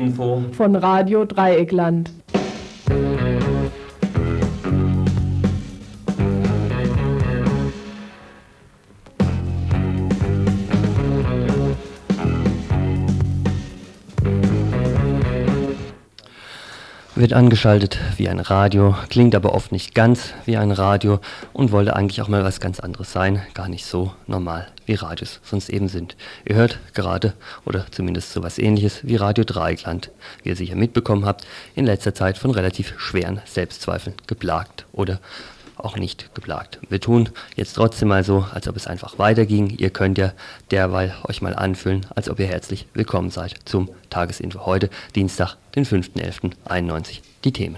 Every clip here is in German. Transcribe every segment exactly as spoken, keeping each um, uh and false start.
Tagesinfo von Radio Dreieckland. Wird angeschaltet wie ein Radio, klingt aber oft nicht ganz wie ein Radio und wollte eigentlich auch mal was ganz anderes sein, gar nicht so normal wie Radios sonst eben sind. Ihr hört gerade, oder zumindest sowas ähnliches wie Radio Dreieckland, wie ihr sicher mitbekommen habt, in letzter Zeit von relativ schweren Selbstzweifeln geplagt oder auch nicht geplagt. Wir tun jetzt trotzdem mal so, als ob es einfach weiterging. Ihr könnt ja derweil euch mal anfühlen, als ob ihr herzlich willkommen seid zum Tagesinfo heute, Dienstag, den fünften elften einundneunzig. Die Themen.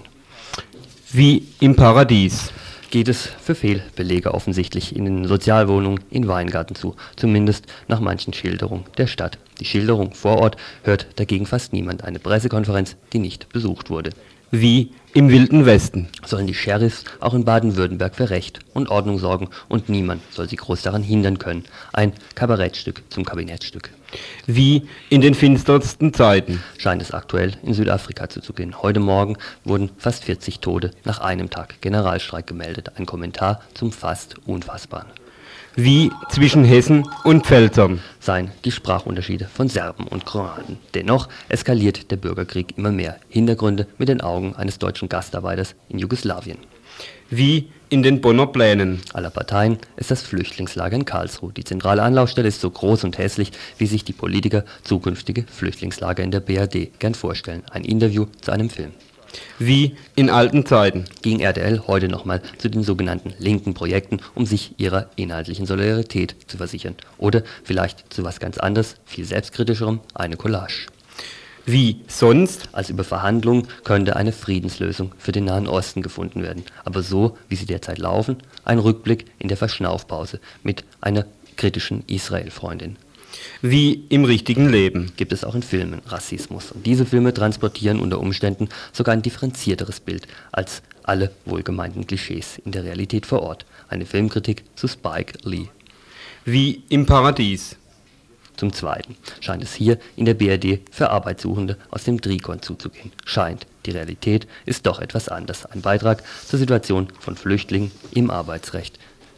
Wie im Paradies geht es für Fehlbelege offensichtlich in den Sozialwohnungen in Weingarten zu, zumindest nach manchen Schilderungen der Stadt. Die Schilderung vor Ort hört dagegen fast niemand, eine Pressekonferenz, die nicht besucht wurde. Wie im Wilden Westen sollen die Sheriffs auch in Baden-Württemberg für Recht und Ordnung sorgen und niemand soll sie groß daran hindern können. Ein Kabarettstück zum Kabinettstück. Wie in den finstersten Zeiten scheint es aktuell in Südafrika zuzugehen. Heute Morgen wurden fast vierzig Tote nach einem Tag Generalstreik gemeldet. Ein Kommentar zum fast Unfassbaren. Wie zwischen Hessen und Pfälzern seien die Sprachunterschiede von Serben und Kroaten. Dennoch eskaliert der Bürgerkrieg immer mehr. Hintergründe mit den Augen eines deutschen Gastarbeiters in Jugoslawien. Wie in den Bonner Plänen aller Parteien ist das Flüchtlingslager in Karlsruhe. Die zentrale Anlaufstelle ist so groß und hässlich, wie sich die Politiker zukünftige Flüchtlingslager in der B R D gern vorstellen. Ein Interview zu einem Film. Wie in alten Zeiten ging R T L heute nochmal zu den sogenannten linken Projekten, um sich ihrer inhaltlichen Solidarität zu versichern. Oder vielleicht zu was ganz anderes, viel selbstkritischerem, eine Collage. Wie sonst? Als über Verhandlungen könnte eine Friedenslösung für den Nahen Osten gefunden werden. Aber so, wie sie derzeit laufen, ein Rückblick in der Verschnaufpause mit einer kritischen Israel-Freundin. Wie im richtigen Leben gibt es auch in Filmen Rassismus. Und diese Filme transportieren unter Umständen sogar ein differenzierteres Bild als alle wohlgemeinten Klischees in der Realität vor Ort. Eine Filmkritik zu Spike Lee. Wie im Paradies. Zum Zweiten scheint es hier in der B R D für Arbeitssuchende aus dem Trikon zuzugehen. Scheint. Die Realität ist doch etwas anders. Ein Beitrag zur Situation von Flüchtlingen im Arbeitsrecht.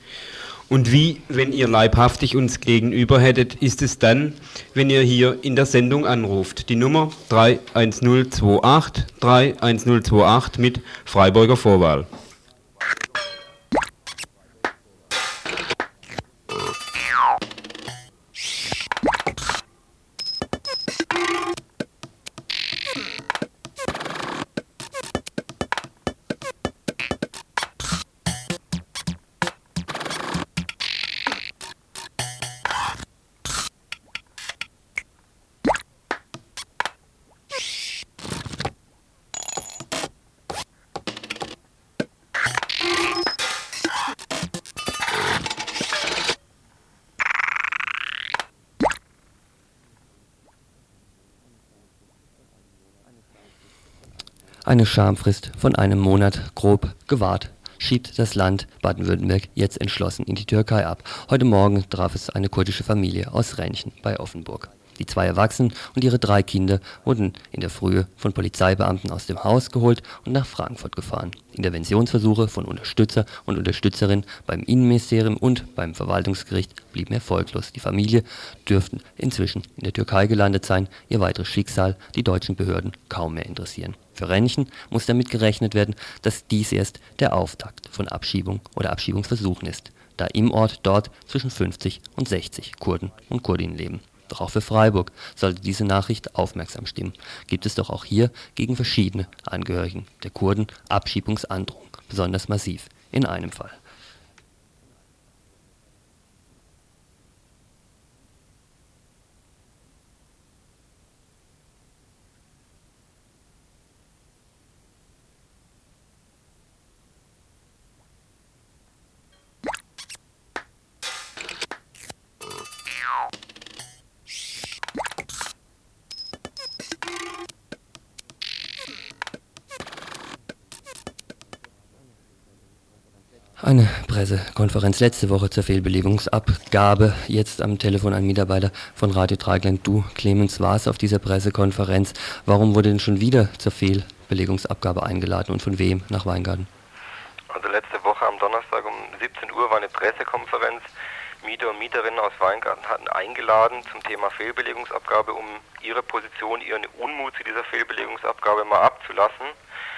Und wie, wenn ihr leibhaftig uns gegenüber hättet, ist es dann, wenn ihr hier in der Sendung anruft. Die Nummer drei eins null zwei acht drei eins null zwei acht mit Freiburger Vorwahl. Eine Schamfrist von einem Monat, grob gewahrt, schiebt das Land Baden-Württemberg jetzt entschlossen in die Türkei ab. Heute Morgen traf es eine kurdische Familie aus Renchen bei Offenburg. Die zwei Erwachsenen und ihre drei Kinder wurden in der Frühe von Polizeibeamten aus dem Haus geholt und nach Frankfurt gefahren. Interventionsversuche von Unterstützer und Unterstützerinnen beim Innenministerium und beim Verwaltungsgericht blieben erfolglos. Die Familie dürften inzwischen in der Türkei gelandet sein, ihr weiteres Schicksal die deutschen Behörden kaum mehr interessieren. Für Renchen muss damit gerechnet werden, dass dies erst der Auftakt von Abschiebung oder Abschiebungsversuchen ist, da im Ort dort zwischen fünfzig und sechzig Kurden und Kurdinnen leben. Doch auch für Freiburg sollte diese Nachricht aufmerksam stimmen. Gibt es doch auch hier gegen verschiedene Angehörigen der Kurden Abschiebungsandrohungen, besonders massiv in einem Fall. Eine Pressekonferenz letzte Woche zur Fehlbelegungsabgabe. Jetzt am Telefon ein Mitarbeiter von Radio Dreieckland. Du, Clemens, warst auf dieser Pressekonferenz. Warum wurde denn schon wieder zur Fehlbelegungsabgabe eingeladen und von wem nach Weingarten? Also letzte Woche am Donnerstag um siebzehn Uhr war eine Pressekonferenz. Mieter und Mieterinnen aus Weingarten hatten eingeladen zum Thema Fehlbelegungsabgabe, um ihre Position, ihren Unmut zu dieser Fehlbelegungsabgabe mal abzulassen.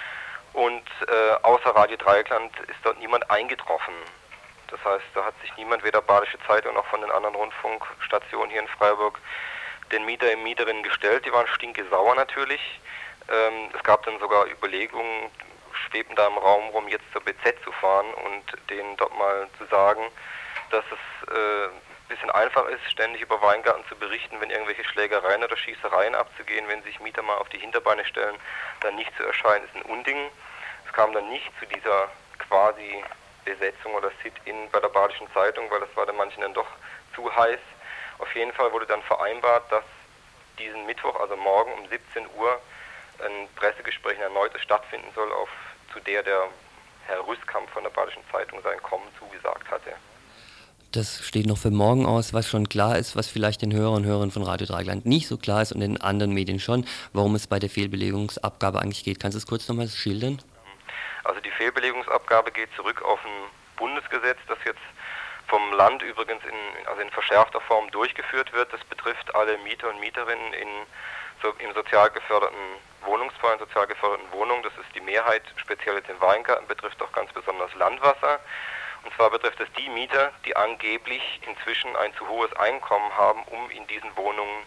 Und äh, außer Radio Dreieckland ist dort niemand eingetroffen. Das heißt, da hat sich niemand, weder Badische Zeitung noch von den anderen Rundfunkstationen hier in Freiburg, den Mieter und Mieterinnen gestellt. Die waren stinkesauer natürlich. Ähm, es gab dann sogar Überlegungen, schwebten da im Raum rum, jetzt zur B Z zu fahren und denen dort mal zu sagen, dass es äh, ein bisschen einfach ist, ständig über Weingarten zu berichten, wenn irgendwelche Schlägereien oder Schießereien abzugehen, wenn sich Mieter mal auf die Hinterbeine stellen, dann nicht zu erscheinen, ist ein Unding. Es kam dann nicht zu dieser quasi Besetzung oder Sit-in bei der Badischen Zeitung, weil das war den manchen dann doch zu heiß. Auf jeden Fall wurde dann vereinbart, dass diesen Mittwoch, also morgen um siebzehn Uhr, ein Pressegespräch erneut stattfinden soll, auf, zu der der Herr Rüstkamp von der Badischen Zeitung sein Kommen zugesagt hatte. Das steht noch für morgen aus, was schon klar ist, was vielleicht den Hörern und Hörern von Radio Dreieckland nicht so klar ist und den anderen Medien schon, warum es bei der Fehlbelegungsabgabe eigentlich geht. Kannst du es kurz nochmal schildern? Also die Fehlbelegungsabgabe geht zurück auf ein Bundesgesetz, das jetzt vom Land übrigens in, also in verschärfter Form durchgeführt wird. Das betrifft alle Mieter und Mieterinnen in, so, im sozial geförderten Wohnungsbau, in sozial geförderten Wohnungen. Das ist die Mehrheit, speziell jetzt in Weingarten, betrifft auch ganz besonders Landwasser. Und zwar betrifft es die Mieter, die angeblich inzwischen ein zu hohes Einkommen haben, um in diesen Wohnungen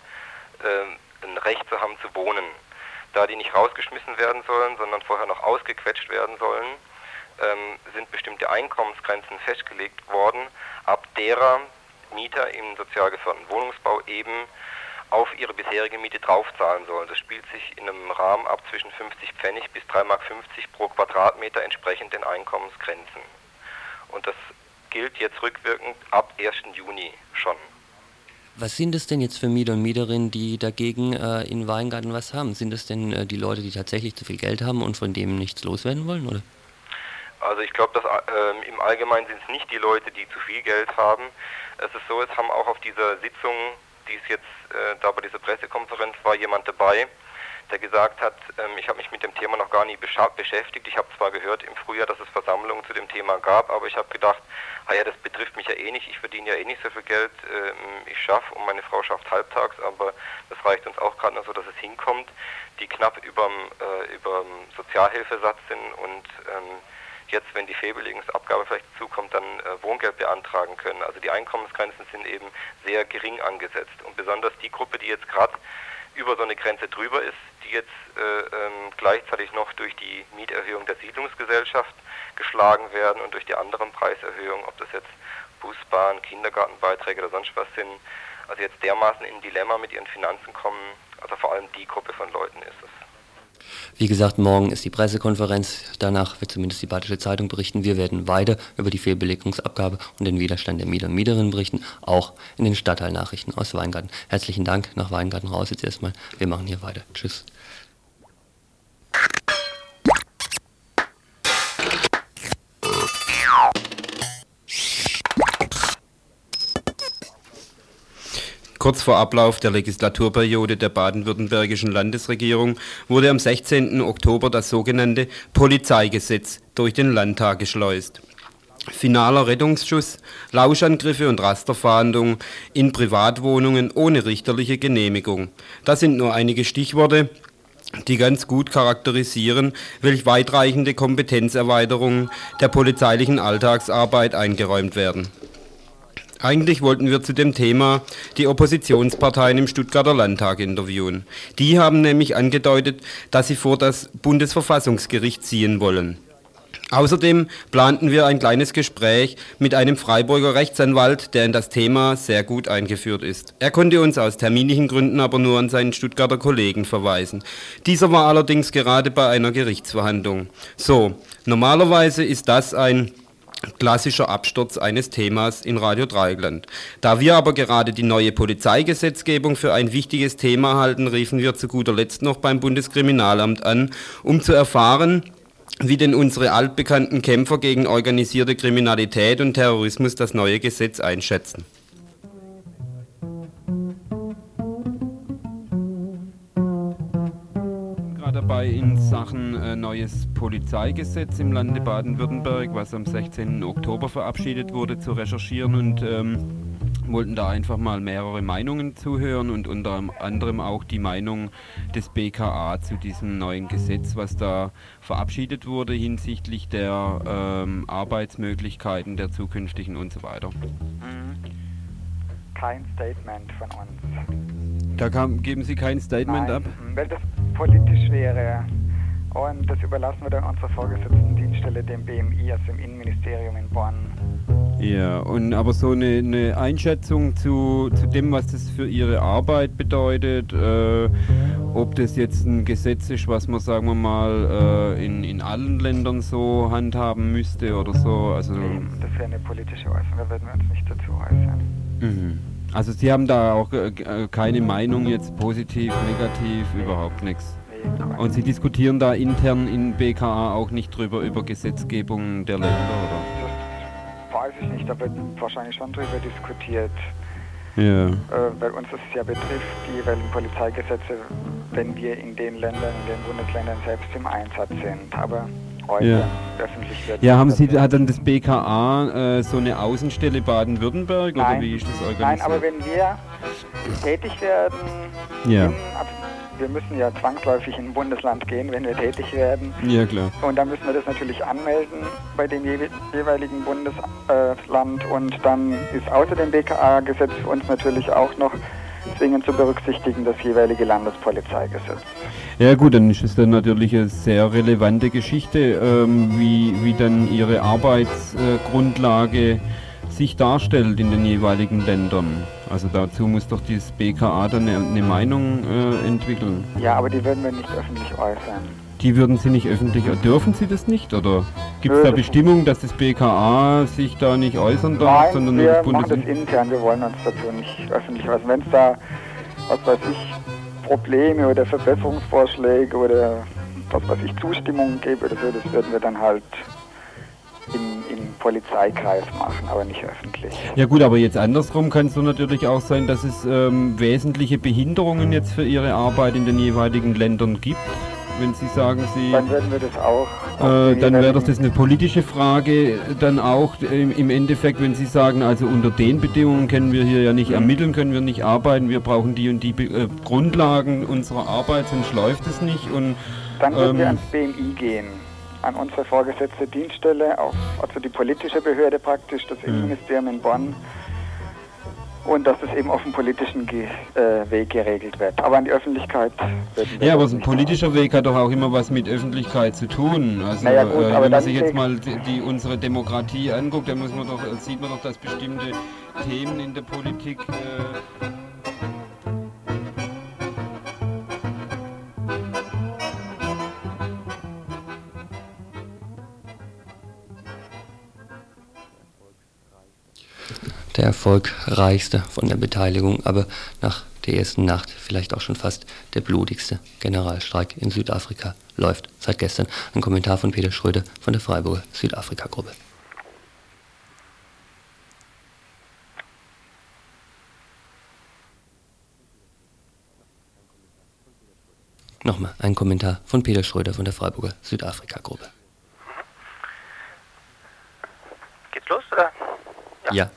äh, ein Recht zu haben zu wohnen. Da die nicht rausgeschmissen werden sollen, sondern vorher noch ausgequetscht werden sollen, ähm, sind bestimmte Einkommensgrenzen festgelegt worden, ab derer Mieter im sozial geförderten Wohnungsbau eben auf ihre bisherige Miete draufzahlen sollen. Das spielt sich in einem Rahmen ab zwischen fünfzig Pfennig bis drei Mark fünfzig pro Quadratmeter entsprechend den Einkommensgrenzen. Und das gilt jetzt rückwirkend ab ersten Juni schon. Was sind es denn jetzt für Mieter und Mieterinnen, die dagegen äh, in Weingarten was haben? Sind es denn äh, die Leute, die tatsächlich zu viel Geld haben und von dem nichts loswerden wollen, oder? Also ich glaube, dass äh, im Allgemeinen sind es nicht die Leute, die zu viel Geld haben. Es ist so, es haben auch auf dieser Sitzung, die es jetzt äh, da bei dieser Pressekonferenz war, jemand dabei, der gesagt hat, ähm, ich habe mich mit dem Thema noch gar nie beschäftigt. Ich habe zwar gehört im Frühjahr, dass es Versammlungen zu dem Thema gab, aber ich habe gedacht, ah ja, das betrifft mich ja eh nicht, ich verdiene ja eh nicht so viel Geld, ähm, ich schaffe und meine Frau schafft halbtags, aber das reicht uns auch gerade noch so, dass es hinkommt, die knapp überm, äh, überm Sozialhilfesatz sind und ähm, jetzt, wenn die Fehlbelegungsabgabe vielleicht zukommt, dann äh, Wohngeld beantragen können. Also die Einkommensgrenzen sind eben sehr gering angesetzt und besonders die Gruppe, die jetzt gerade über so eine Grenze drüber ist, die jetzt äh, ähm, gleichzeitig noch durch die Mieterhöhung der Siedlungsgesellschaft geschlagen werden und durch die anderen Preiserhöhungen, ob das jetzt Bus, Bahn, Kindergartenbeiträge oder sonst was sind, also jetzt dermaßen in ein Dilemma mit ihren Finanzen kommen, also vor allem die Gruppe von Leuten ist es. Wie gesagt, morgen ist die Pressekonferenz, danach wird zumindest die Badische Zeitung berichten. Wir werden weiter über die Fehlbelegungsabgabe und den Widerstand der Mieter und Mieterinnen berichten, auch in den Stadtteilnachrichten aus Weingarten. Herzlichen Dank, nach Weingarten raus jetzt erstmal. Wir machen hier weiter. Tschüss. Kurz vor Ablauf der Legislaturperiode der baden-württembergischen Landesregierung wurde am sechzehnten Oktober das sogenannte Polizeigesetz durch den Landtag geschleust. Finaler Rettungsschuss, Lauschangriffe und Rasterfahndung in Privatwohnungen ohne richterliche Genehmigung. Das sind nur einige Stichworte, die ganz gut charakterisieren, welch weitreichende Kompetenzerweiterungen der polizeilichen Alltagsarbeit eingeräumt werden. Eigentlich wollten wir zu dem Thema die Oppositionsparteien im Stuttgarter Landtag interviewen. Die haben nämlich angedeutet, dass sie vor das Bundesverfassungsgericht ziehen wollen. Außerdem planten wir ein kleines Gespräch mit einem Freiburger Rechtsanwalt, der in das Thema sehr gut eingeführt ist. Er konnte uns aus terminlichen Gründen aber nur an seinen Stuttgarter Kollegen verweisen. Dieser war allerdings gerade bei einer Gerichtsverhandlung. So, normalerweise ist das ein klassischer Absturz eines Themas in Radio Dreieckland. Da wir aber gerade die neue Polizeigesetzgebung für ein wichtiges Thema halten, riefen wir zu guter Letzt noch beim Bundeskriminalamt an, um zu erfahren, wie denn unsere altbekannten Kämpfer gegen organisierte Kriminalität und Terrorismus das neue Gesetz einschätzen. Gerade dabei in Sachen äh, neues Polizeigesetz im Lande Baden-Württemberg, was am sechzehnten Oktober verabschiedet wurde, zu recherchieren und ähm, wollten da einfach mal mehrere Meinungen zuhören und unter anderem auch die Meinung des B K A zu diesem neuen Gesetz, was da verabschiedet wurde hinsichtlich der ähm, Arbeitsmöglichkeiten der zukünftigen und so weiter. Kein Statement von uns. Da kam, geben Sie kein Statement Nein, ab? weil das politisch wäre. Und das überlassen wir dann unserer vorgesetzten Dienststelle, dem B M I, also dem Innenministerium in Bonn. Ja, und aber so eine, eine Einschätzung zu, zu dem, was das für Ihre Arbeit bedeutet, äh, ob das jetzt ein Gesetz ist, was man, sagen wir mal, äh, in, in allen Ländern so handhaben müsste oder so. Also, das wäre eine politische Äußerung, da würden wir uns nicht dazu äußern. Mhm. Also Sie haben da auch äh, keine Meinung jetzt positiv, negativ, nee. Überhaupt nichts. Nee, und Sie diskutieren da intern in B K A auch nicht drüber, über Gesetzgebung der Länder, oder? Das weiß ich nicht, da wird wahrscheinlich schon drüber diskutiert. Ja. Äh, weil uns das ja betrifft, die jeweiligen Polizeigesetze, wenn wir in den Ländern, in den Bundesländern selbst im Einsatz sind. Aber heute ja. öffentlich wird. Ja, haben Sie, hat dann das B K A äh, so eine Außenstelle Baden-Württemberg oder wie ist das organisiert? Nein, aber wenn wir tätig werden, ja. in, also wir müssen ja zwangsläufig in ein Bundesland gehen, wenn wir tätig werden. Ja, klar. Und dann müssen wir das natürlich anmelden bei dem je jeweiligen Bundesland. Und dann ist außer dem B K A-Gesetz für uns natürlich auch noch zwingend zu berücksichtigen das jeweilige Landespolizeigesetz. Ja gut, dann ist es dann natürlich eine sehr relevante Geschichte, ähm, wie, wie dann Ihre Arbeitsgrundlage äh, sich darstellt in den jeweiligen Ländern. Also dazu muss doch dieses B K A dann eine, eine Meinung äh, entwickeln. Ja, aber die würden wir nicht öffentlich äußern. Die würden Sie nicht öffentlich, dürfen Sie das nicht? Oder gibt es da Bestimmungen, dass das B K A sich da nicht äußern darf? Nein, sondern wir nur das machen Bundes das intern, wir wollen uns dazu nicht öffentlich äußern. Wenn es da, was weiß ich, Probleme oder Verbesserungsvorschläge oder was weiß ich, Zustimmungen gäbe oder so, das würden wir dann halt im, im Polizeikreis machen, aber nicht öffentlich. Ja gut, aber jetzt andersrum kann es so natürlich auch sein, dass es ähm, wesentliche Behinderungen jetzt für Ihre Arbeit in den jeweiligen Ländern gibt. Wenn Sie sagen, Sie... Dann werden wir das auch... Äh, dann wäre doch das eine politische Frage, dann auch im, im Endeffekt, wenn Sie sagen, also unter den Bedingungen können wir hier ja nicht mhm. ermitteln, können wir nicht arbeiten, wir brauchen die und die Be äh, Grundlagen unserer Arbeit, sonst läuft es nicht. Und, dann würden ähm, wir ans B M I gehen, an unsere vorgesetzte Dienststelle, auf, also die politische Behörde praktisch, das mhm. Innenministerium in Bonn. Und dass es eben auf dem politischen Ge äh, Weg geregelt wird. Aber an die Öffentlichkeit wird Ja, aber so ein politischer haben. Weg hat doch auch immer was mit Öffentlichkeit zu tun. Also naja, gut, äh, aber wenn man sich jetzt mal die, die, unsere Demokratie anguckt, dann muss man doch, sieht man doch, dass bestimmte Themen in der Politik... Äh Der erfolgreichste von der Beteiligung, aber nach der ersten Nacht vielleicht auch schon fast der blutigste Generalstreik in Südafrika läuft seit gestern. Ein Kommentar von Peter Schröder von der Freiburger Südafrika-Gruppe. Nochmal ein Kommentar von Peter Schröder von der Freiburger Südafrika-Gruppe. Geht's los, oder? Ja. ja.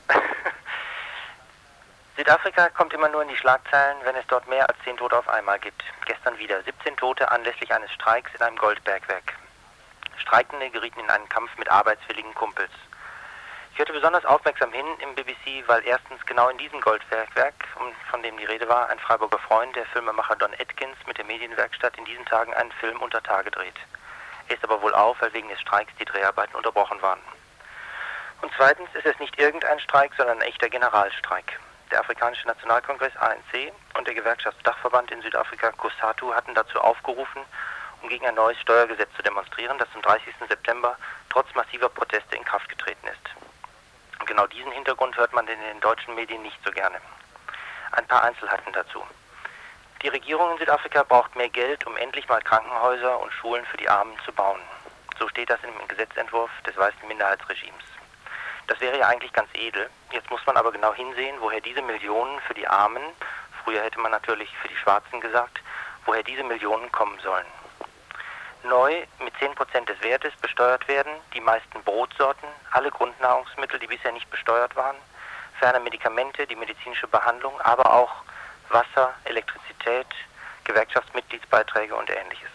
Südafrika kommt immer nur in die Schlagzeilen, wenn es dort mehr als zehn Tote auf einmal gibt. Gestern wieder siebzehn Tote anlässlich eines Streiks in einem Goldbergwerk. Streikende gerieten in einen Kampf mit arbeitswilligen Kumpels. Ich hörte besonders aufmerksam hin im B B C, weil erstens genau in diesem Goldbergwerk, von dem die Rede war, ein Freiburger Freund, der Filmemacher Don Atkins mit der Medienwerkstatt in diesen Tagen einen Film unter Tage dreht. Er ist aber wohl auf, weil wegen des Streiks die Dreharbeiten unterbrochen waren. Und zweitens ist es nicht irgendein Streik, sondern ein echter Generalstreik. Der Afrikanische Nationalkongress A N C und der Gewerkschaftsdachverband in Südafrika COSATU hatten dazu aufgerufen, um gegen ein neues Steuergesetz zu demonstrieren, das zum dreißigsten September trotz massiver Proteste in Kraft getreten ist. Und genau diesen Hintergrund hört man in den deutschen Medien nicht so gerne. Ein paar Einzelheiten dazu. Die Regierung in Südafrika braucht mehr Geld, um endlich mal Krankenhäuser und Schulen für die Armen zu bauen. So steht das im Gesetzentwurf des weißen Minderheitsregimes. Das wäre ja eigentlich ganz edel. Jetzt muss man aber genau hinsehen, woher diese Millionen für die Armen, früher hätte man natürlich für die Schwarzen gesagt, woher diese Millionen kommen sollen. Neu mit zehn Prozent des Wertes besteuert werden die meisten Brotsorten, alle Grundnahrungsmittel, die bisher nicht besteuert waren, ferner Medikamente, die medizinische Behandlung, aber auch Wasser, Elektrizität, Gewerkschaftsmitgliedsbeiträge und Ähnliches.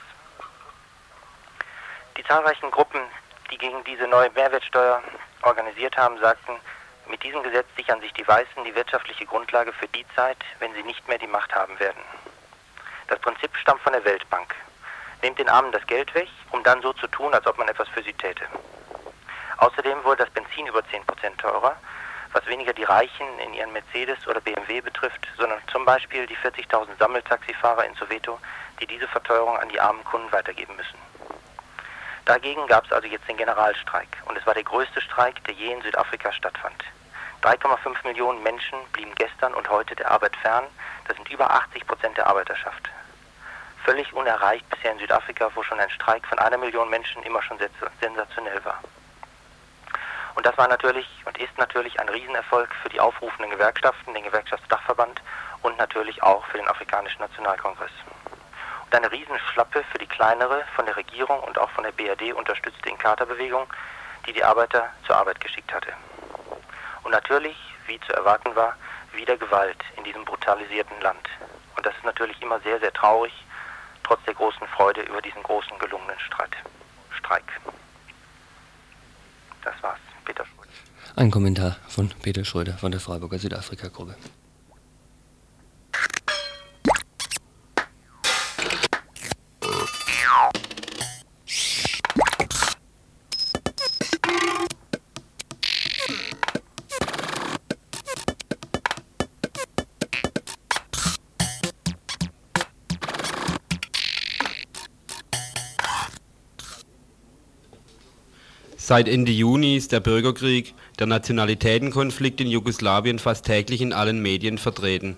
Die zahlreichen Gruppen, die gegen diese neue Mehrwertsteuer organisiert haben, sagten, mit diesem Gesetz sichern sich die Weißen die wirtschaftliche Grundlage für die Zeit, wenn sie nicht mehr die Macht haben werden. Das Prinzip stammt von der Weltbank. Nehmt den Armen das Geld weg, um dann so zu tun, als ob man etwas für sie täte. Außerdem wurde das Benzin über zehn Prozent teurer, was weniger die Reichen in ihren Mercedes oder B M W betrifft, sondern zum Beispiel die vierzigtausend Sammeltaxifahrer in Soweto, die diese Verteuerung an die armen Kunden weitergeben müssen. Dagegen gab es also jetzt den Generalstreik und es war der größte Streik, der je in Südafrika stattfand. drei Komma fünf Millionen Menschen blieben gestern und heute der Arbeit fern, das sind über achtzig Prozent der Arbeiterschaft. Völlig unerreicht bisher in Südafrika, wo schon ein Streik von einer Million Menschen immer schon sensationell war. Und das war natürlich und ist natürlich ein Riesenerfolg für die aufrufenden Gewerkschaften, den Gewerkschaftsdachverband und natürlich auch für den Afrikanischen Nationalkongress. Und eine Riesenschlappe für die kleinere, von der Regierung und auch von der B R D unterstützte Inkatha-Bewegung, die die Arbeiter zur Arbeit geschickt hatte. Und natürlich, wie zu erwarten war, wieder Gewalt in diesem brutalisierten Land. Und das ist natürlich immer sehr, sehr traurig, trotz der großen Freude über diesen großen gelungenen Streit. Streik. Das war's. Peter Schröder. Ein Kommentar von Peter Schröder von der Freiburger Südafrika-Gruppe. Seit Ende Juni ist der Bürgerkrieg, der Nationalitätenkonflikt in Jugoslawien fast täglich in allen Medien vertreten.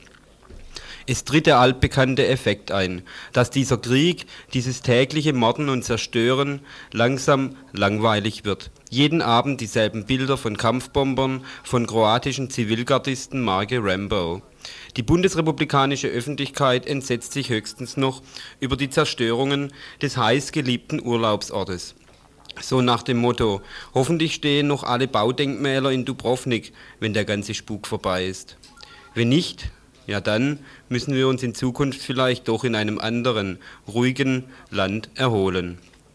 Es tritt der altbekannte Effekt ein, dass dieser Krieg, dieses tägliche Morden und Zerstören langsam langweilig wird. Jeden Abend dieselben Bilder von Kampfbombern, von kroatischen Zivilgardisten Marke Rambo. Die bundesrepublikanische Öffentlichkeit entsetzt sich höchstens noch über die Zerstörungen des heißgeliebten Urlaubsortes. So nach dem Motto, hoffentlich stehen noch alle Baudenkmäler in Dubrovnik, wenn der ganze Spuk vorbei ist. Wenn nicht, ja dann müssen wir uns in Zukunft vielleicht doch in einem anderen, ruhigen Land erholen.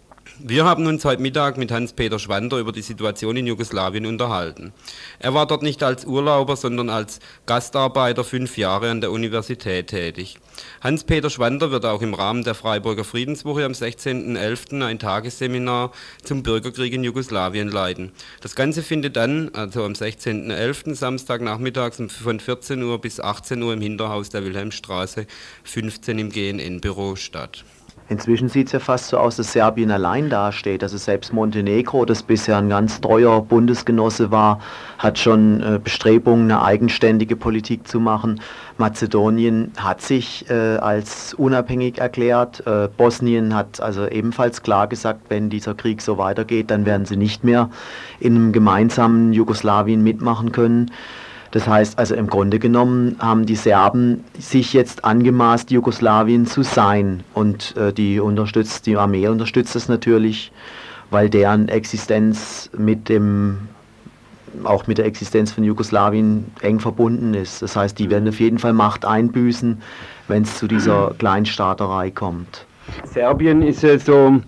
Wir haben uns heute Mittag mit Hans-Peter Schwander über die Situation in Jugoslawien unterhalten. Er war dort nicht als Urlauber, sondern als Gastarbeiter fünf Jahre an der Universität tätig. Hans-Peter Schwander wird auch im Rahmen der Freiburger Friedenswoche am sechzehnten elften ein Tagesseminar zum Bürgerkrieg in Jugoslawien leiten. Das Ganze findet dann, also am sechzehnten elften Samstagnachmittags von vierzehn Uhr bis achtzehn Uhr im Hinterhaus der Wilhelmstraße fünfzehn im G N N-Büro statt. Inzwischen sieht es ja fast so aus, dass Serbien allein dasteht. Also selbst Montenegro, das bisher ein ganz treuer Bundesgenosse war, hat schon äh, Bestrebungen, eine eigenständige Politik zu machen. Mazedonien hat sich äh, als unabhängig erklärt. Äh, Bosnien hat also ebenfalls klar gesagt, wenn dieser Krieg so weitergeht, dann werden sie nicht mehr in einem gemeinsamen Jugoslawien mitmachen können. Das heißt also im Grunde genommen haben die Serben sich jetzt angemaßt, Jugoslawien zu sein, und äh, die unterstützt, die Armee unterstützt das natürlich, weil deren Existenz mit dem, auch mit der Existenz von Jugoslawien eng verbunden ist. Das heißt, die werden auf jeden Fall Macht einbüßen, wenn es zu dieser Kleinstaaterei kommt. Serbien ist ja so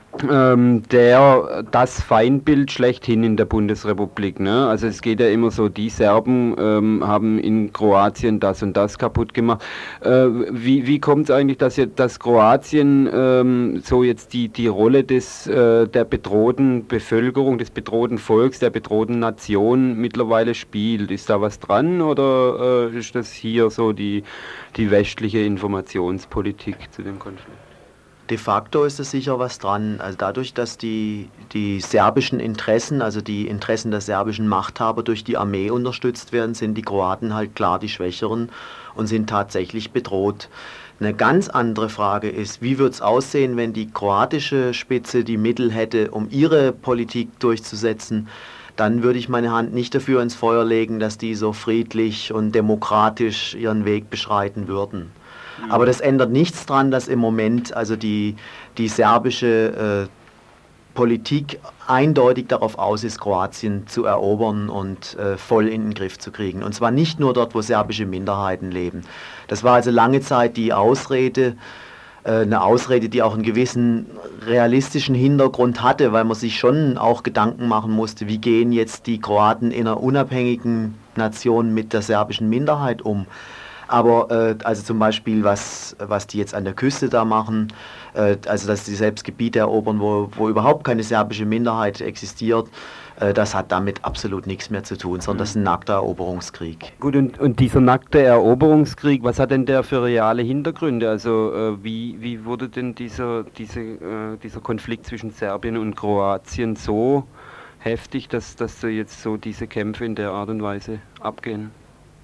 Ähm, der, das Feindbild schlechthin in der Bundesrepublik, ne? Also es geht ja immer so, die Serben ähm, haben in Kroatien das und das kaputt gemacht. Äh, wie wie kommt es eigentlich, dass, jetzt, dass Kroatien ähm, so jetzt die, die Rolle des, äh, der bedrohten Bevölkerung, des bedrohten Volks, der bedrohten Nation mittlerweile spielt? Ist da was dran oder äh, ist das hier so die, die westliche Informationspolitik zu dem Konflikt? De facto ist es sicher was dran. Also dadurch, dass die, die serbischen Interessen, also die Interessen der serbischen Machthaber durch die Armee unterstützt werden, sind die Kroaten halt klar die Schwächeren und sind tatsächlich bedroht. Eine ganz andere Frage ist, wie wird es aussehen, wenn die kroatische Spitze die Mittel hätte, um ihre Politik durchzusetzen? Dann würde ich meine Hand nicht dafür ins Feuer legen, dass die so friedlich und demokratisch ihren Weg beschreiten würden. Mhm. Aber das ändert nichts daran, dass im Moment also die, die serbische äh, Politik eindeutig darauf aus ist, Kroatien zu erobern und äh, voll in den Griff zu kriegen. Und zwar nicht nur dort, wo serbische Minderheiten leben. Das war also lange Zeit die Ausrede, eine Ausrede, die auch einen gewissen realistischen Hintergrund hatte, weil man sich schon auch Gedanken machen musste, wie gehen jetzt die Kroaten in einer unabhängigen Nation mit der serbischen Minderheit um. Aber äh, also zum Beispiel, was, was die jetzt an der Küste da machen, äh, also dass sie selbst Gebiete erobern, wo, wo überhaupt keine serbische Minderheit existiert, äh, das hat damit absolut nichts mehr zu tun, sondern das ist ein nackter Eroberungskrieg. Gut, und, und dieser nackte Eroberungskrieg, was hat denn der für reale Hintergründe? Also äh, wie, wie wurde denn dieser, diese, äh, dieser Konflikt zwischen Serbien und Kroatien so heftig, dass, dass so jetzt so diese Kämpfe in der Art und Weise abgehen?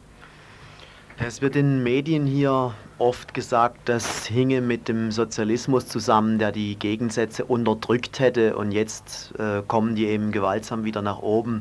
Es wird in den Medien hier oft gesagt, das hinge mit dem Sozialismus zusammen, der die Gegensätze unterdrückt hätte und jetzt äh, kommen die eben gewaltsam wieder nach oben.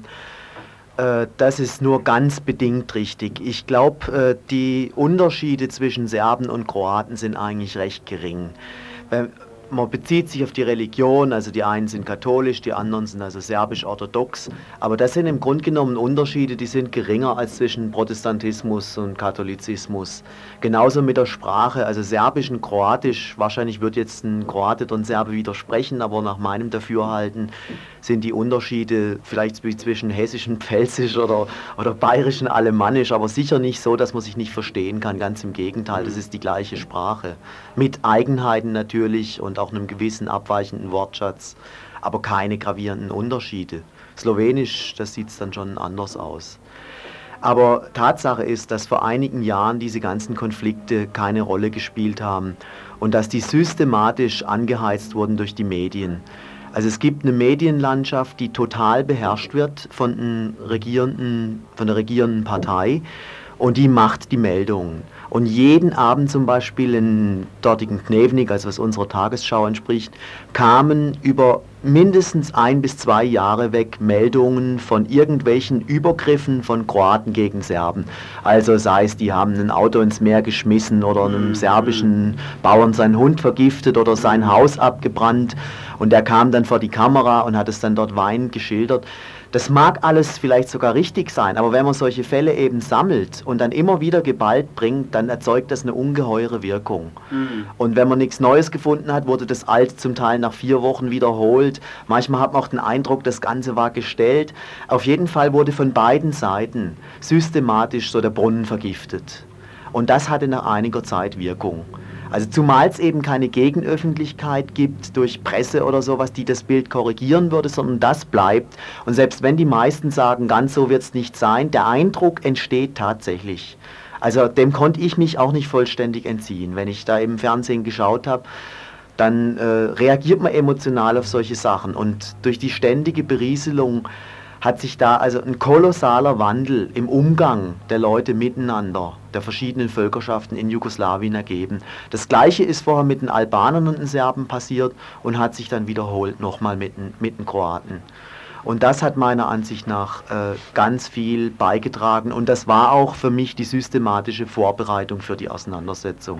Äh, das ist nur ganz bedingt richtig. Ich glaube, äh, die Unterschiede zwischen Serben und Kroaten sind eigentlich recht gering. Äh, Man bezieht sich auf die Religion, also die einen sind katholisch, die anderen sind also serbisch-orthodox, aber das sind im Grunde genommen Unterschiede, die sind geringer als zwischen Protestantismus und Katholizismus. Genauso mit der Sprache, also Serbisch und Kroatisch, wahrscheinlich wird jetzt ein Kroate oder ein Serbe widersprechen, aber nach meinem Dafürhalten sind die Unterschiede vielleicht zwischen Hessisch und Pfälzisch oder, oder Bayerisch und Alemannisch, aber sicher nicht so, dass man sich nicht verstehen kann, ganz im Gegenteil, das ist die gleiche Sprache. Mit Eigenheiten natürlich und auch einem gewissen abweichenden Wortschatz, aber keine gravierenden Unterschiede. Slowenisch, das sieht es dann schon anders aus. Aber Tatsache ist, dass vor einigen Jahren diese ganzen Konflikte keine Rolle gespielt haben und dass die systematisch angeheizt wurden durch die Medien. Also es gibt eine Medienlandschaft, die total beherrscht wird von, den regierenden, von der regierenden Partei und die macht die Meldungen. Und jeden Abend zum Beispiel in dortigen Knevnik, also was unserer Tagesschau entspricht, kamen über mindestens ein bis zwei Jahre weg Meldungen von irgendwelchen Übergriffen von Kroaten gegen Serben. Also sei es, die haben ein Auto ins Meer geschmissen oder einem serbischen Bauern seinen Hund vergiftet oder sein Haus abgebrannt. Und der kam dann vor die Kamera und hat es dann dort weinend geschildert. Das mag alles vielleicht sogar richtig sein, aber wenn man solche Fälle eben sammelt und dann immer wieder geballt bringt, dann erzeugt das eine ungeheure Wirkung. Mhm. Und wenn man nichts Neues gefunden hat, wurde das Alte zum Teil nach vier Wochen wiederholt. Manchmal hat man auch den Eindruck, das Ganze war gestellt. Auf jeden Fall wurde von beiden Seiten systematisch so der Brunnen vergiftet. Und das hatte nach einiger Zeit Wirkung. Also zumal es eben keine Gegenöffentlichkeit gibt durch Presse oder sowas, die das Bild korrigieren würde, sondern das bleibt. Und selbst wenn die meisten sagen, ganz so wird es nicht sein, der Eindruck entsteht tatsächlich. Also dem konnte ich mich auch nicht vollständig entziehen. Wenn ich da im Fernsehen geschaut habe, dann äh, reagiert man emotional auf solche Sachen. Und durch die ständige Berieselung hat sich da also ein kolossaler Wandel im Umgang der Leute miteinander, der verschiedenen Völkerschaften in Jugoslawien ergeben. Das Gleiche ist vorher mit den Albanern und den Serben passiert und hat sich dann wiederholt nochmal mit den, mit den Kroaten. Und das hat meiner Ansicht nach äh, ganz viel beigetragen und das war auch für mich die systematische Vorbereitung für die Auseinandersetzung.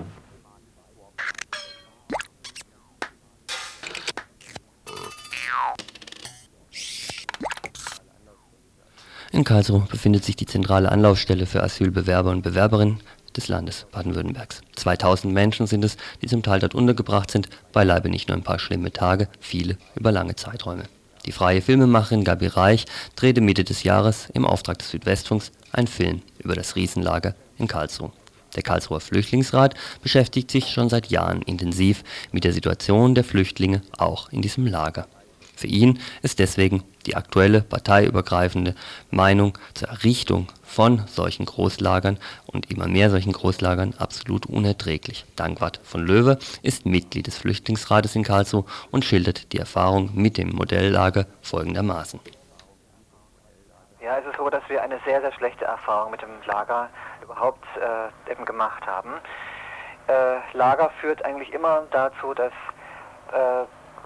In Karlsruhe befindet sich die zentrale Anlaufstelle für Asylbewerber und Bewerberinnen des Landes Baden-Württembergs. zweitausend Menschen sind es, die zum Teil dort untergebracht sind, beileibe nicht nur ein paar schlimme Tage, viele über lange Zeiträume. Die freie Filmemacherin Gabi Reich drehte Mitte des Jahres im Auftrag des Südwestfunks einen Film über das Riesenlager in Karlsruhe. Der Karlsruher Flüchtlingsrat beschäftigt sich schon seit Jahren intensiv mit der Situation der Flüchtlinge auch in diesem Lager. Für ihn ist deswegen die aktuelle parteiübergreifende Meinung zur Errichtung von solchen Großlagern und immer mehr solchen Großlagern absolut unerträglich. Dankwart von Löwe ist Mitglied des Flüchtlingsrates in Karlsruhe und schildert die Erfahrung mit dem Modelllager folgendermaßen. Ja, es ist so, dass wir eine sehr, sehr schlechte Erfahrung mit dem Lager überhaupt äh, eben gemacht haben. äh, Lager führt eigentlich immer dazu, dass äh,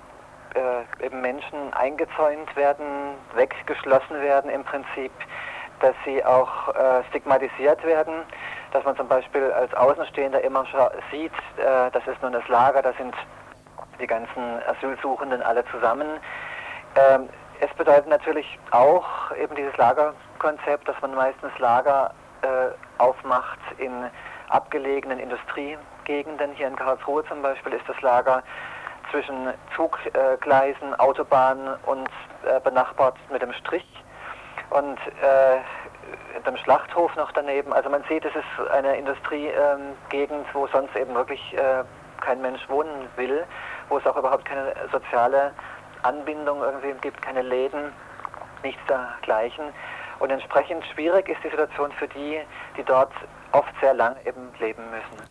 äh, eben Menschen eingezäunt werden, weggeschlossen werden im Prinzip, dass sie auch äh, stigmatisiert werden, dass man zum Beispiel als Außenstehender immer sieht, äh, das ist nun das Lager, da sind die ganzen Asylsuchenden alle zusammen. Ähm, es bedeutet natürlich auch eben dieses Lagerkonzept, dass man meistens Lager äh, aufmacht in abgelegenen Industriegegenden. Hier in Karlsruhe zum Beispiel ist das Lager zwischen Zuggleisen, Autobahnen und äh, benachbart mit dem Strich und äh, dem Schlachthof noch daneben. Also man sieht, es ist eine Industriegegend, äh, wo sonst eben wirklich äh, kein Mensch wohnen will, wo es auch überhaupt keine soziale Anbindung irgendwie gibt, keine Läden, nichts dergleichen. Und entsprechend schwierig ist die Situation für die, die dort oft sehr lang eben leben müssen.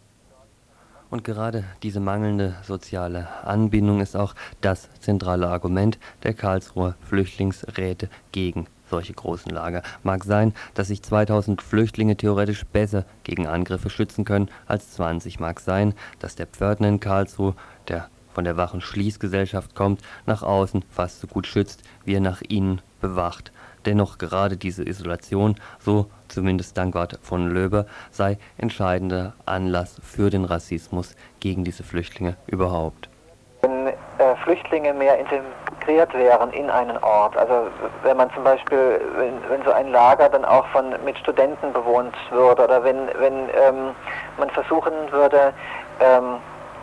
Und gerade diese mangelnde soziale Anbindung ist auch das zentrale Argument der Karlsruher Flüchtlingsräte gegen solche großen Lager. Mag sein, dass sich zweitausend Flüchtlinge theoretisch besser gegen Angriffe schützen können als zwanzig. Mag sein, dass der Pförtner in Karlsruhe, der von der wachen Schließgesellschaft kommt, nach außen fast so gut schützt, wie er nach innen bewacht. Dennoch gerade diese Isolation, so zumindest Dankwart von Löber, sei entscheidender Anlass für den Rassismus gegen diese Flüchtlinge überhaupt. Wenn äh, Flüchtlinge mehr integriert wären in einen Ort, also wenn man zum Beispiel, wenn, wenn so ein Lager dann auch von mit Studenten bewohnt würde oder wenn, wenn ähm, man versuchen würde, ähm,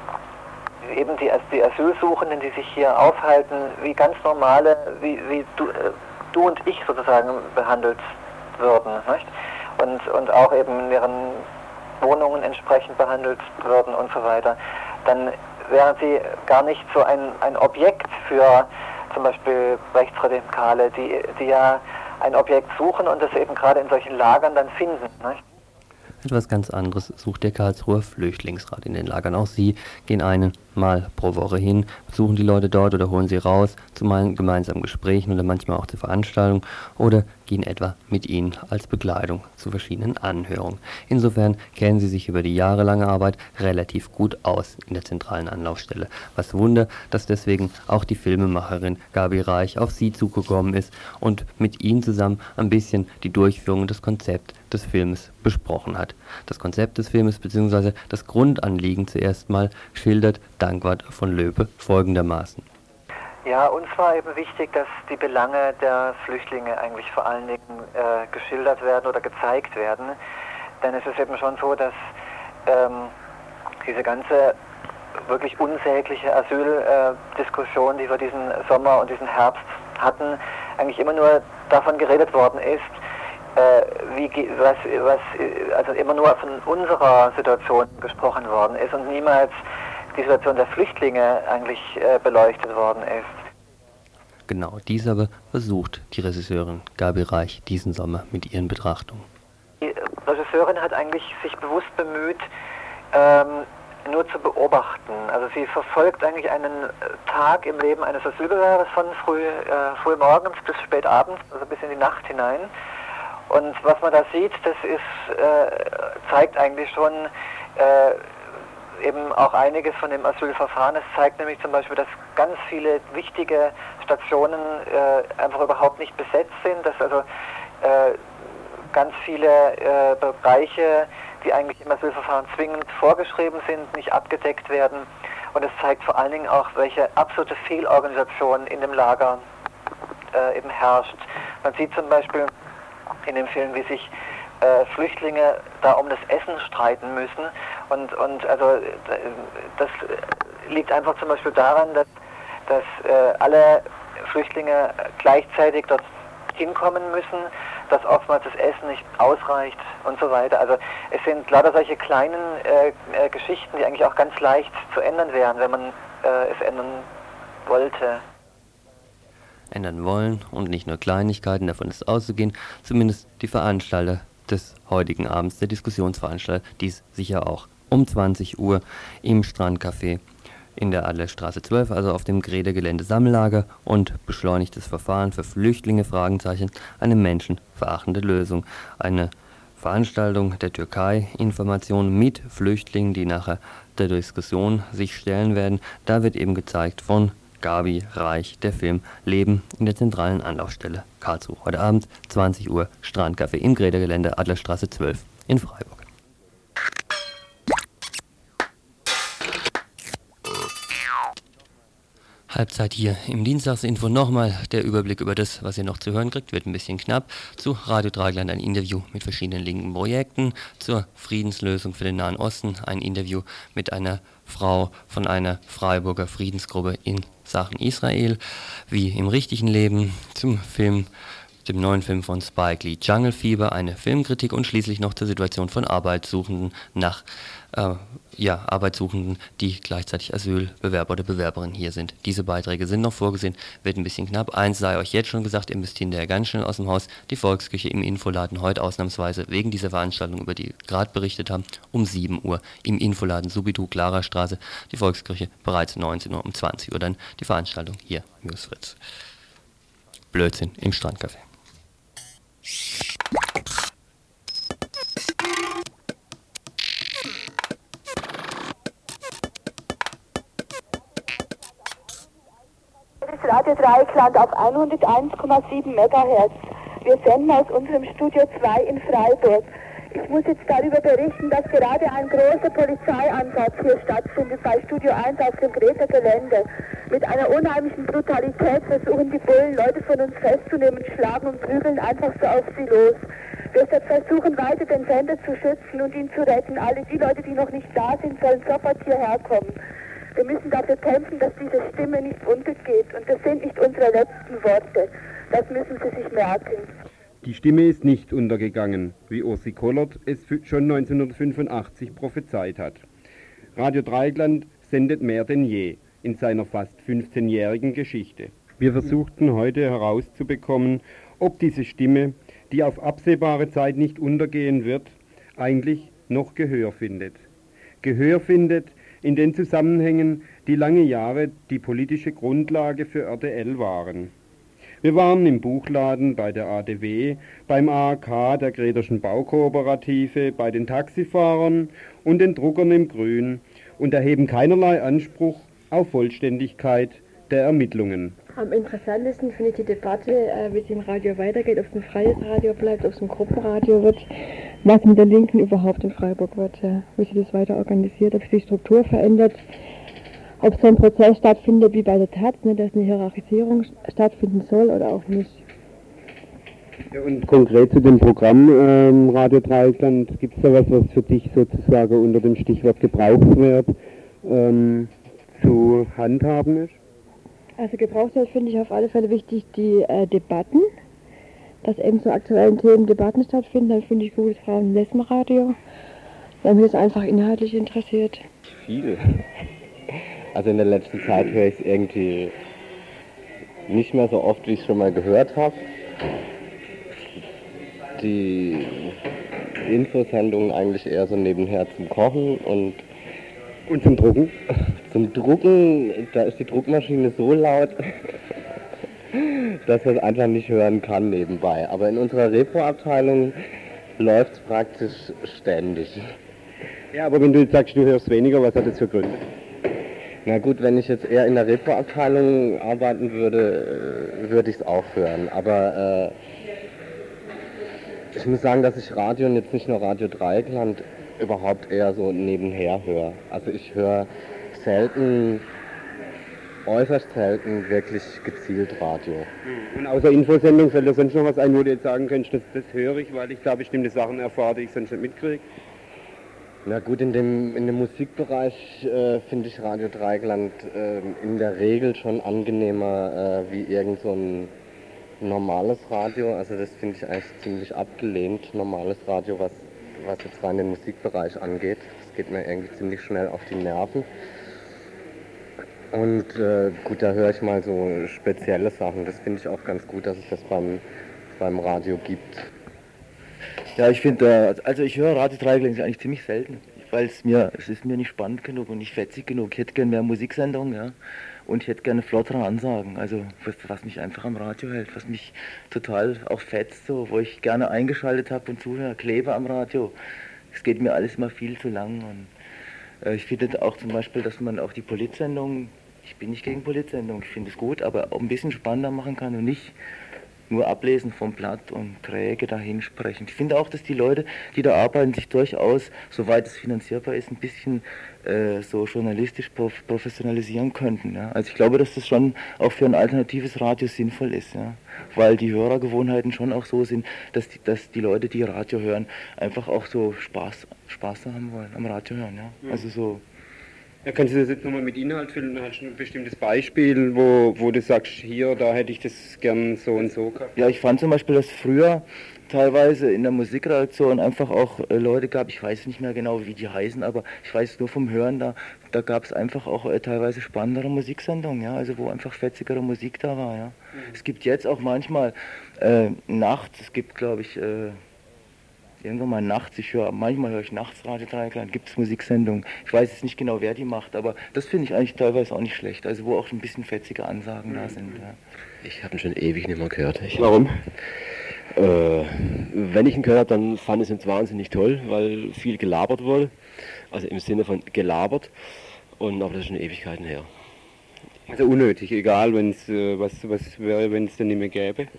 eben die, die Asylsuchenden, die sich hier aufhalten, wie ganz normale, wie, wie du, äh, du und ich sozusagen behandelt würden, nicht? Und, und auch eben in ihren Wohnungen entsprechend behandelt würden und so weiter, dann wären sie gar nicht so ein, ein Objekt für zum Beispiel Rechtsradikale, die, die ja ein Objekt suchen und das eben gerade in solchen Lagern dann finden, nicht? Etwas ganz anderes sucht der Karlsruher Flüchtlingsrat in den Lagern. Auch sie gehen einmal pro Woche hin, besuchen die Leute dort oder holen sie raus zu gemeinsamen Gesprächen oder manchmal auch zu Veranstaltungen oder gehen etwa mit ihnen als Begleitung zu verschiedenen Anhörungen. Insofern kennen sie sich über die jahrelange Arbeit relativ gut aus in der zentralen Anlaufstelle. Was Wunder, dass deswegen auch die Filmemacherin Gabi Reich auf sie zugekommen ist und mit ihnen zusammen ein bisschen die Durchführung und das Konzept des Filmes besprochen hat. Das Konzept des Filmes bzw. das Grundanliegen zuerst mal schildert Dankwart von Löbe folgendermaßen. Ja, uns war eben wichtig, dass die Belange der Flüchtlinge eigentlich vor allen Dingen äh, geschildert werden oder gezeigt werden. Denn es ist eben schon so, dass ähm, diese ganze wirklich unsägliche Asyldiskussion, äh, die wir diesen Sommer und diesen Herbst hatten, eigentlich immer nur davon geredet worden ist, äh, wie, was, was, also immer nur von unserer Situation gesprochen worden ist und niemals die Situation der Flüchtlinge eigentlich äh, beleuchtet worden ist. Genau dies aber versucht die Regisseurin Gabi Reich diesen Sommer mit ihren Betrachtungen. Die Regisseurin hat eigentlich sich bewusst bemüht, ähm, nur zu beobachten. Also sie verfolgt eigentlich einen Tag im Leben eines Asylbewerbers von früh, äh, früh morgens bis spät abends, also bis in die Nacht hinein. Und was man da sieht, das ist, äh, zeigt eigentlich schon äh, eben auch einiges von dem Asylverfahren. Es zeigt nämlich zum Beispiel, dass ganz viele wichtige Stationen äh, einfach überhaupt nicht besetzt sind, dass also äh, ganz viele äh, Bereiche, die eigentlich im Asylverfahren zwingend vorgeschrieben sind, nicht abgedeckt werden. Und es zeigt vor allen Dingen auch, welche absolute Fehlorganisation in dem Lager äh, eben herrscht. Man sieht zum Beispiel in dem Film, wie sich äh, Flüchtlinge da um das Essen streiten müssen. Und, und also das liegt einfach zum Beispiel daran, dass, dass äh, alle Flüchtlinge gleichzeitig dort hinkommen müssen, dass oftmals das Essen nicht ausreicht und so weiter. Also es sind lauter solche kleinen äh, äh, Geschichten, die eigentlich auch ganz leicht zu ändern wären, wenn man äh, es ändern wollte. Ändern wollen und nicht nur Kleinigkeiten, davon ist auszugehen, zumindest die Veranstalter des heutigen Abends, der Diskussionsveranstalter, dies sicher auch um zwanzig Uhr im Strandcafé in der Adlerstraße zwölf, also auf dem Greder-Gelände Sammellager und beschleunigtes Verfahren für Flüchtlinge, Fragezeichen, eine menschenverachtende Lösung. Eine Veranstaltung der Türkei, Informationen mit Flüchtlingen, die nachher der Diskussion sich stellen werden. Da wird eben gezeigt von Gabi Reich der Film Leben in der zentralen Anlaufstelle Karlsruhe. Heute Abend, zwanzig Uhr, Strandcafé im Gredergelände, Adlerstraße zwölf in Freiburg. Halbzeit hier im Dienstagsinfo. Nochmal der Überblick über das, was ihr noch zu hören kriegt, wird ein bisschen knapp. Zu Radio Dreieckland ein Interview mit verschiedenen linken Projekten, zur Friedenslösung für den Nahen Osten ein Interview mit einer Frau von einer Freiburger Friedensgruppe in Sachen Israel, wie im richtigen Leben, zum Film, dem neuen Film von Spike Lee, Jungle Fever, eine Filmkritik und schließlich noch zur Situation von Arbeitssuchenden nach äh, ja, Arbeitssuchenden, die gleichzeitig Asylbewerber oder Bewerberinnen hier sind. Diese Beiträge sind noch vorgesehen, wird ein bisschen knapp. Eins sei euch jetzt schon gesagt, ihr müsst hinterher ganz schnell aus dem Haus. Die Volksküche im Infoladen heute ausnahmsweise wegen dieser Veranstaltung, über die wir gerade berichtet haben, um sieben Uhr im Infoladen Subidu, Clara Straße. Die Volksküche bereits neunzehn Uhr, um zwanzig Uhr dann die Veranstaltung hier im News Fritz. Blödsinn im Strandcafé. Radio Dreieckland auf hunderteins Komma sieben Megahertz. Wir senden aus unserem Studio zwei in Freiburg. Ich muss jetzt darüber berichten, dass gerade ein großer Polizeieinsatz hier stattfindet bei Studio eins auf dem Greta Gelände. Mit einer unheimlichen Brutalität versuchen die Bullen, Leute von uns festzunehmen, schlagen und prügeln einfach so auf sie los. Wir versuchen weiter den Sender zu schützen und ihn zu retten. Alle die Leute, die noch nicht da sind, sollen sofort hierher kommen. Wir müssen dafür kämpfen, dass diese Stimme nicht untergeht. Und das sind nicht unsere letzten Worte. Das müssen Sie sich merken. Die Stimme ist nicht untergegangen, wie Ursi Kollert es schon neunzehnhundertfünfundachtzig prophezeit hat. Radio Dreieckland sendet mehr denn je in seiner fast fünfzehnjährigen Geschichte. Wir versuchten heute herauszubekommen, ob diese Stimme, die auf absehbare Zeit nicht untergehen wird, eigentlich noch Gehör findet. Gehör findet in den Zusammenhängen, die lange Jahre die politische Grundlage für R T L waren. Wir waren im Buchladen, bei der A D W, beim A A K, der Grederschen Baukooperative, bei den Taxifahrern und den Druckern im Grün und erheben keinerlei Anspruch auf Vollständigkeit der Ermittlungen. Am interessantesten finde ich die Debatte, äh, wie es im Radio weitergeht, ob es ein freies Radio bleibt, ob es ein Gruppenradio wird, was mit der Linken überhaupt in Freiburg wird, äh, wie sich das weiter organisiert, ob sich die Struktur verändert, ob so ein Prozess stattfindet wie bei der Taz, ne, dass eine Hierarchisierung stattfinden soll oder auch nicht. Ja, und konkret zu dem Programm ähm, Radio Dreieckland, gibt es da was, was für dich sozusagen unter dem Stichwort Gebrauchswert ähm, zu handhaben ist? Also Gebrauchswert finde ich auf alle Fälle wichtig, die äh, Debatten, dass eben zu aktuellen Themen Debatten stattfinden. Dann finde ich gut das Frauen- und Lesbenradio, weil mich das einfach inhaltlich interessiert. Viel. Also in der letzten Zeit höre ich es irgendwie nicht mehr so oft, wie ich es schon mal gehört habe. Die Infosendungen eigentlich eher so nebenher zum Kochen und Und zum Drucken? Zum Drucken, da ist die Druckmaschine so laut, dass man es einfach nicht hören kann nebenbei. Aber in unserer Repro-Abteilung läuft es praktisch ständig. Ja, aber wenn du jetzt sagst, du hörst weniger, was hat das für Gründe? Na gut, wenn ich jetzt eher in der Repro-Abteilung arbeiten würde, würde ich es auch hören. Aber äh, ich muss sagen, dass ich Radio und jetzt nicht nur Radio Dreieckland überhaupt eher so nebenher höre. Also ich höre selten, äußerst selten wirklich gezielt Radio. Und außer Infosendung fällt dir sonst noch was ein, wo du jetzt sagen könntest, das, das höre ich, weil ich da bestimmte Sachen erfahre, die ich sonst nicht mitkriege? Na gut, in dem, in dem Musikbereich äh, finde ich Radio Dreieckland äh, in der Regel schon angenehmer äh, wie irgend so ein normales Radio. Also das finde ich eigentlich ziemlich abgelehnt, normales Radio, was, was jetzt rein den Musikbereich angeht. Das geht mir irgendwie ziemlich schnell auf die Nerven. Und äh, gut, da höre ich mal so spezielle Sachen. Das finde ich auch ganz gut, dass es das beim, beim Radio gibt. Ja, ich finde, also ich höre Radio Dreieckland eigentlich ziemlich selten, weil es mir, es ist mir nicht spannend genug und nicht fetzig genug. Ich hätte gerne mehr Musiksendungen, ja. Und ich hätte gerne flottere Ansagen, also was, was mich einfach am Radio hält, was mich total auch fetzt, so, wo ich gerne eingeschaltet habe und zuhöre, klebe am Radio. Es geht mir alles mal viel zu lang. Und äh, ich finde auch zum Beispiel, dass man auch die Politsendung, ich bin nicht gegen Politsendung, ich finde es gut, aber auch ein bisschen spannender machen kann und nicht nur ablesen vom Blatt und träge dahin sprechen. Ich finde auch, dass die Leute, die da arbeiten, sich durchaus, soweit es finanzierbar ist, ein bisschen äh, so journalistisch prof- professionalisieren könnten. Ja? Also ich glaube, dass das schon auch für ein alternatives Radio sinnvoll ist, ja? Weil die Hörergewohnheiten schon auch so sind, dass die, dass die Leute, die Radio hören, einfach auch so Spaß, Spaß haben wollen am Radio hören. Ja? Ja. Also so. Ja, kannst du das jetzt nochmal mit Inhalt füllen? Hast du ein bestimmtes Beispiel, wo, wo du sagst, hier, da hätte ich das gern so und so gehabt? Ja, ich fand zum Beispiel, dass früher teilweise in der Musikredaktion einfach auch äh, Leute gab, ich weiß nicht mehr genau, wie die heißen, aber ich weiß nur vom Hören, da, da gab es einfach auch äh, teilweise spannendere Musiksendungen, ja, also wo einfach fetzigere Musik da war, ja. Mhm. Es gibt jetzt auch manchmal äh, nachts, es gibt, glaube ich, äh, irgendwann mal nachts, ich höre, manchmal höre ich nachts Radio Dreieckland, gibt es Musiksendungen. Ich weiß jetzt nicht genau, wer die macht, aber das finde ich eigentlich teilweise auch nicht schlecht. Also wo auch ein bisschen fetzige Ansagen da sind. Ja. Ich habe ihn schon ewig nicht mehr gehört. Ich, Warum? Äh, wenn ich ihn gehört habe, dann fand ich es wahnsinnig toll, weil viel gelabert wurde. Also im Sinne von gelabert. Und aber das ist schon Ewigkeiten her. Also unnötig, egal, wenn's, äh, was, was wäre, wenn es denn nicht mehr gäbe.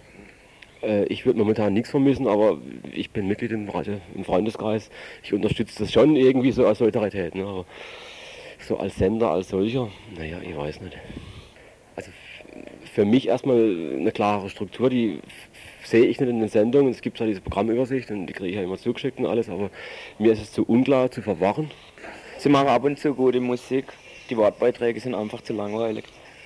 Ich würde momentan nichts vermissen, aber ich bin Mitglied im, im Freundeskreis. Ich unterstütze das schon irgendwie so als Solidarität. Ne? Aber so als Sender, als solcher, naja, ich weiß nicht. Also für mich erstmal eine klare Struktur, die sehe ich nicht in den Sendungen. Es gibt ja diese Programmübersicht und die kriege ich ja immer zugeschickt und alles, aber mir ist es zu unklar zu verwahren. Sie machen ab und zu gute Musik, die Wortbeiträge sind einfach zu langweilig.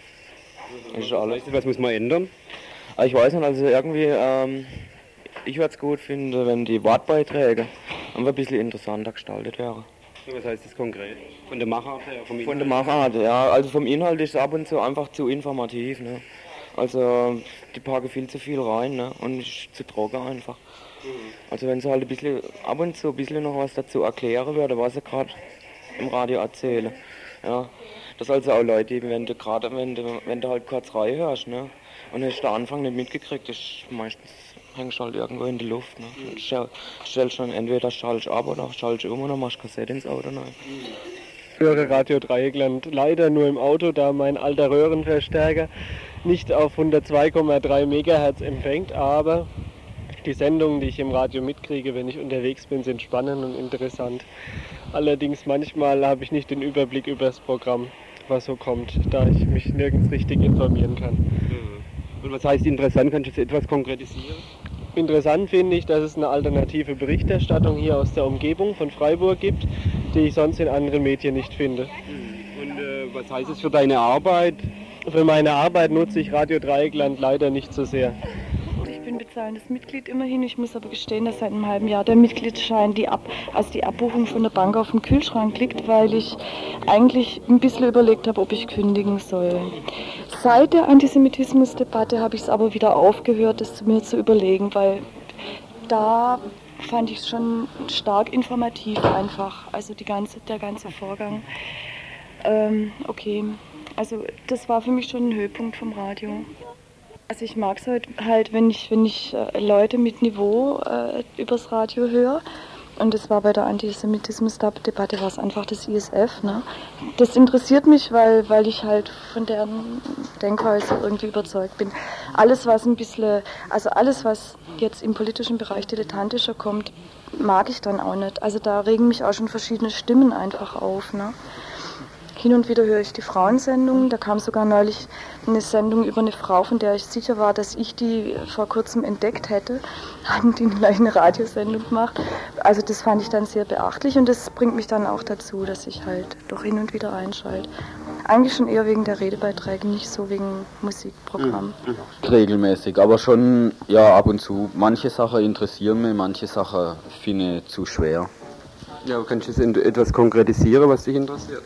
Das ist alles. Was muss man ändern? Ich weiß nicht, also irgendwie, ähm, ich würde es gut finden, wenn die Wortbeiträge einfach ein bisschen interessanter gestaltet wären. Was heißt das konkret? Von der Machart her? Vom Von der Machart, ja. Also vom Inhalt ist es ab und zu einfach zu informativ. Ne? Also die packen viel zu viel rein, ne? Und ist zu trocken einfach. Mhm. Also wenn sie halt ein bisschen, ab und zu ein bisschen noch was dazu erklären würde, was sie gerade im Radio erzählen. Ja. Das also auch Leute, wenn du gerade, wenn du, wenn du halt kurz reinhörst, ne? Und hast den Anfang nicht mitgekriegt, ist meistens hängst du halt irgendwo in die Luft. Ne? Mhm. Stell, stellst dann entweder schaltest ab oder schaltest um und dann machst du Kassette ins Auto rein. Ich höre Radio Dreieckland leider nur im Auto, da mein alter Röhrenverstärker nicht auf hundertzwei Komma drei Megahertz empfängt, aber die Sendungen, die ich im Radio mitkriege, wenn ich unterwegs bin, sind spannend und interessant. Allerdings manchmal habe ich nicht den Überblick über das Programm, was so kommt, da ich mich nirgends richtig informieren kann. Mhm. Und was heißt interessant? Kannst du jetzt etwas konkretisieren? Interessant finde ich, dass es eine alternative Berichterstattung hier aus der Umgebung von Freiburg gibt, die ich sonst in anderen Medien nicht finde. Und äh, was heißt es für deine Arbeit? Für meine Arbeit nutze ich Radio Dreieckland leider nicht so sehr. Ich bin bezahlendes Mitglied immerhin. Ich muss aber gestehen, dass seit einem halben Jahr der Mitgliedsschein, die, Ab also die Abbuchung von der Bank auf dem Kühlschrank liegt, weil ich eigentlich ein bisschen überlegt habe, ob ich kündigen soll. Seit der Antisemitismusdebatte habe ich es aber wieder aufgehört, das mir zu überlegen, weil da fand ich es schon stark informativ einfach, also die ganze, der ganze Vorgang. Ähm, okay, also das war für mich schon ein Höhepunkt vom Radio. Also ich mag es halt, halt, wenn ich, wenn ich äh, Leute mit Niveau äh, übers Radio höre. Und das war bei der Antisemitismusdebatte war es einfach das I S F. Ne? Das interessiert mich, weil, weil ich halt von deren Denkweise irgendwie überzeugt bin. Alles, was ein bisschen, also alles, was jetzt im politischen Bereich dilettantischer kommt, mag ich dann auch nicht. Also da regen mich auch schon verschiedene Stimmen einfach auf. Ne? Hin und wieder höre ich die Frauensendungen. Da kam sogar neulich eine Sendung über eine Frau, von der ich sicher war, dass ich die vor kurzem entdeckt hätte. Haben die gleich eine Radiosendung gemacht. Also das fand ich dann sehr beachtlich und das bringt mich dann auch dazu, dass ich halt doch hin und wieder einschalte. Eigentlich schon eher wegen der Redebeiträge, nicht so wegen Musikprogramm. Regelmäßig, aber schon ja ab und zu. Manche Sachen interessieren mich, manche Sachen finde ich zu schwer. Ja, kannst du jetzt etwas konkretisieren, was dich interessiert?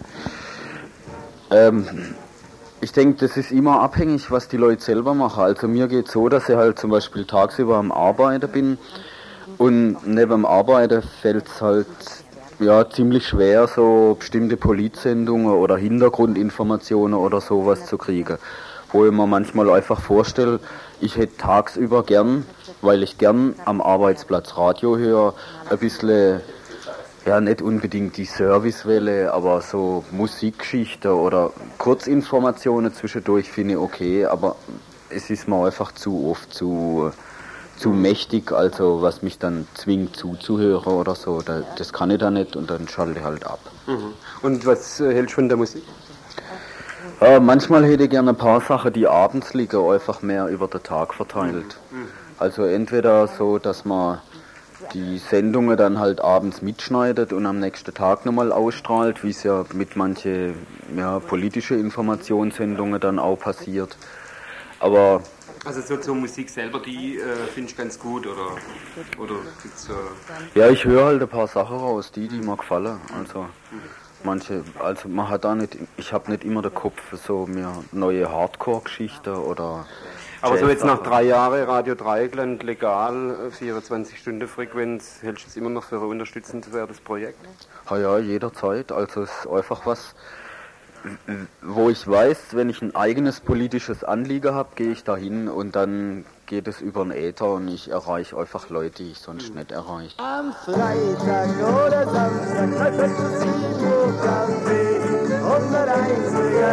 Ähm, ich denke, das ist immer abhängig, was die Leute selber machen. Also mir geht es so, dass ich halt zum Beispiel tagsüber am Arbeiten bin und neben dem Arbeiten fällt es halt ja ziemlich schwer, so bestimmte Politsendungen oder Hintergrundinformationen oder sowas zu kriegen. Wo ich mir manchmal einfach vorstelle, ich hätte tagsüber gern, weil ich gern am Arbeitsplatz Radio höre, ein bisschen, ja nicht unbedingt die Servicewelle, aber so Musikgeschichte oder Kurzinformationen zwischendurch finde ich okay, aber es ist mir einfach zu oft zu... zu mächtig, also was mich dann zwingt zuzuhören oder so, das kann ich dann nicht und dann schalte ich halt ab. Mhm. Und was äh, hältst du von der Musik? Äh, manchmal hätte ich gerne ein paar Sachen, die abends liegen, einfach mehr über den Tag verteilt. Mhm. Also entweder so, dass man die Sendungen dann halt abends mitschneidet und am nächsten Tag nochmal ausstrahlt, wie es ja mit manchen ja, politische Informationssendungen dann auch passiert. Aber also so zur Musik selber, die äh, finde ich ganz gut, oder, oder gibt's, äh ja, ich höre halt ein paar Sachen raus, die, die mir gefallen. Also manche, also man hat da nicht, ich habe nicht immer den Kopf für so mir neue Hardcore-Geschichten oder. Aber so jetzt nach drei Jahren Radio Dreieckland legal, vierundzwanzig Stunden Frequenz, hältst du es immer noch für ein unterstützenswertes Projekt? Ja, ja, jederzeit. Also es ist einfach was, wo ich weiß, wenn ich ein eigenes politisches Anliegen habe, gehe ich dahin und dann geht es über den Äther und ich erreiche einfach Leute, die ich sonst nicht erreiche. Am Freitag oder Samstag treffen wir sie im Café und der einzige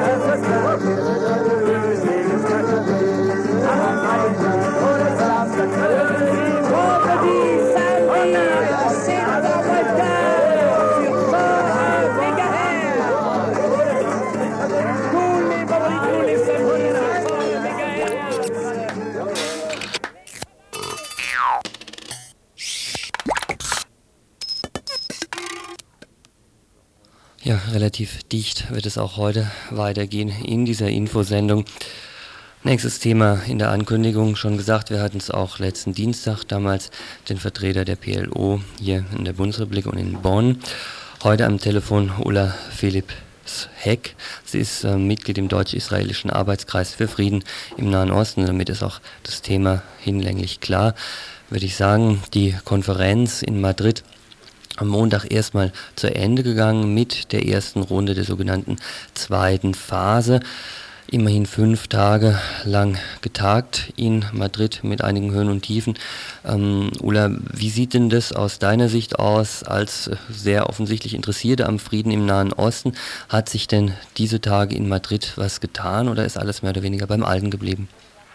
Am Freitag oder Samstag treffen wir sie im Ja, relativ dicht wird es auch heute weitergehen in dieser Infosendung. Nächstes Thema in der Ankündigung, schon gesagt, wir hatten es auch letzten Dienstag damals, den Vertreter der P L O hier in der Bundesrepublik und in Bonn. Heute am Telefon Ulla Philipps-Heck. Sie ist äh, Mitglied im deutsch-israelischen Arbeitskreis für Frieden im Nahen Osten. Damit ist auch das Thema hinlänglich klar, würde ich sagen. Die Konferenz in Madrid am Montag erstmal zu Ende gegangen mit der ersten Runde der sogenannten zweiten Phase. Immerhin fünf Tage lang getagt in Madrid mit einigen Höhen und Tiefen. Ähm, Ulla, wie sieht denn das aus deiner Sicht aus, als sehr offensichtlich Interessierte am Frieden im Nahen Osten? Hat sich denn diese Tage in Madrid was getan oder ist alles mehr oder weniger beim Alten geblieben?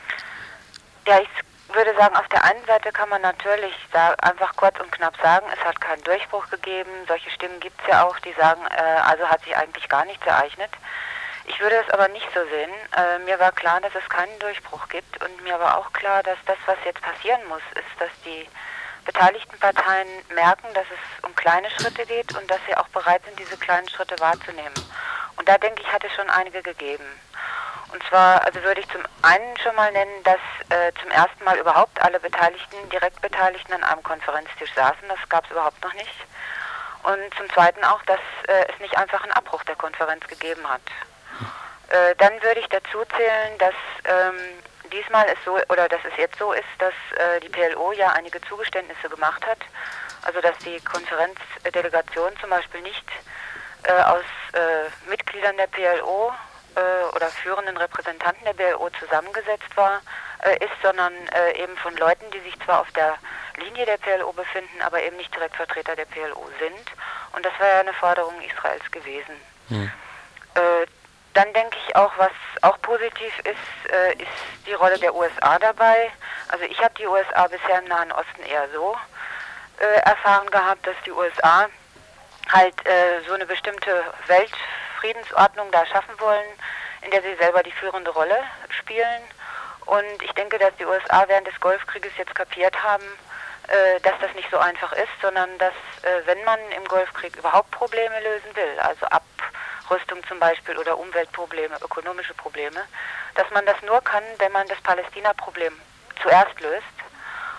Ja, ich würde sagen, auf der einen Seite kann man natürlich da einfach kurz und knapp sagen, es hat keinen Durchbruch gegeben. Solche Stimmen gibt es ja auch, die sagen, äh, also hat sich eigentlich gar nichts ereignet. Ich würde es aber nicht so sehen. Äh, mir war klar, dass es keinen Durchbruch gibt und mir war auch klar, dass das, was jetzt passieren muss, ist, dass die beteiligten Parteien merken, dass es um kleine Schritte geht und dass sie auch bereit sind, diese kleinen Schritte wahrzunehmen. Und da denke ich, hat es schon einige gegeben. Und zwar, also würde ich zum einen schon mal nennen, dass äh, zum ersten Mal überhaupt alle Beteiligten, direkt Beteiligten an einem Konferenztisch saßen. Das gab es überhaupt noch nicht. Und zum zweiten auch, dass äh, es nicht einfach einen Abbruch der Konferenz gegeben hat. Äh, dann würde ich dazu zählen, dass ähm, diesmal es so, oder dass es jetzt so ist, dass äh, die P L O ja einige Zugeständnisse gemacht hat. Also dass die Konferenzdelegation zum Beispiel nicht äh, aus äh, Mitgliedern der P L O äh, oder führenden Repräsentanten der P L O zusammengesetzt war, äh, ist, sondern äh, eben von Leuten, die sich zwar auf der Linie der P L O befinden, aber eben nicht direkt Vertreter der P L O sind. Und das war ja eine Forderung Israels gewesen. Hm. Äh, Dann denke ich auch, was auch positiv ist, äh, ist die Rolle der U S A dabei. Also ich habe die U S A bisher im Nahen Osten eher so äh, erfahren gehabt, dass die U S A halt äh, so eine bestimmte Weltfriedensordnung da schaffen wollen, in der sie selber die führende Rolle spielen. Und ich denke, dass die U S A während des Golfkrieges jetzt kapiert haben, äh, dass das nicht so einfach ist, sondern dass, äh, wenn man im Golfkrieg überhaupt Probleme lösen will, also ab Rüstung zum Beispiel oder Umweltprobleme, ökonomische Probleme, dass man das nur kann, wenn man das Palästina-Problem zuerst löst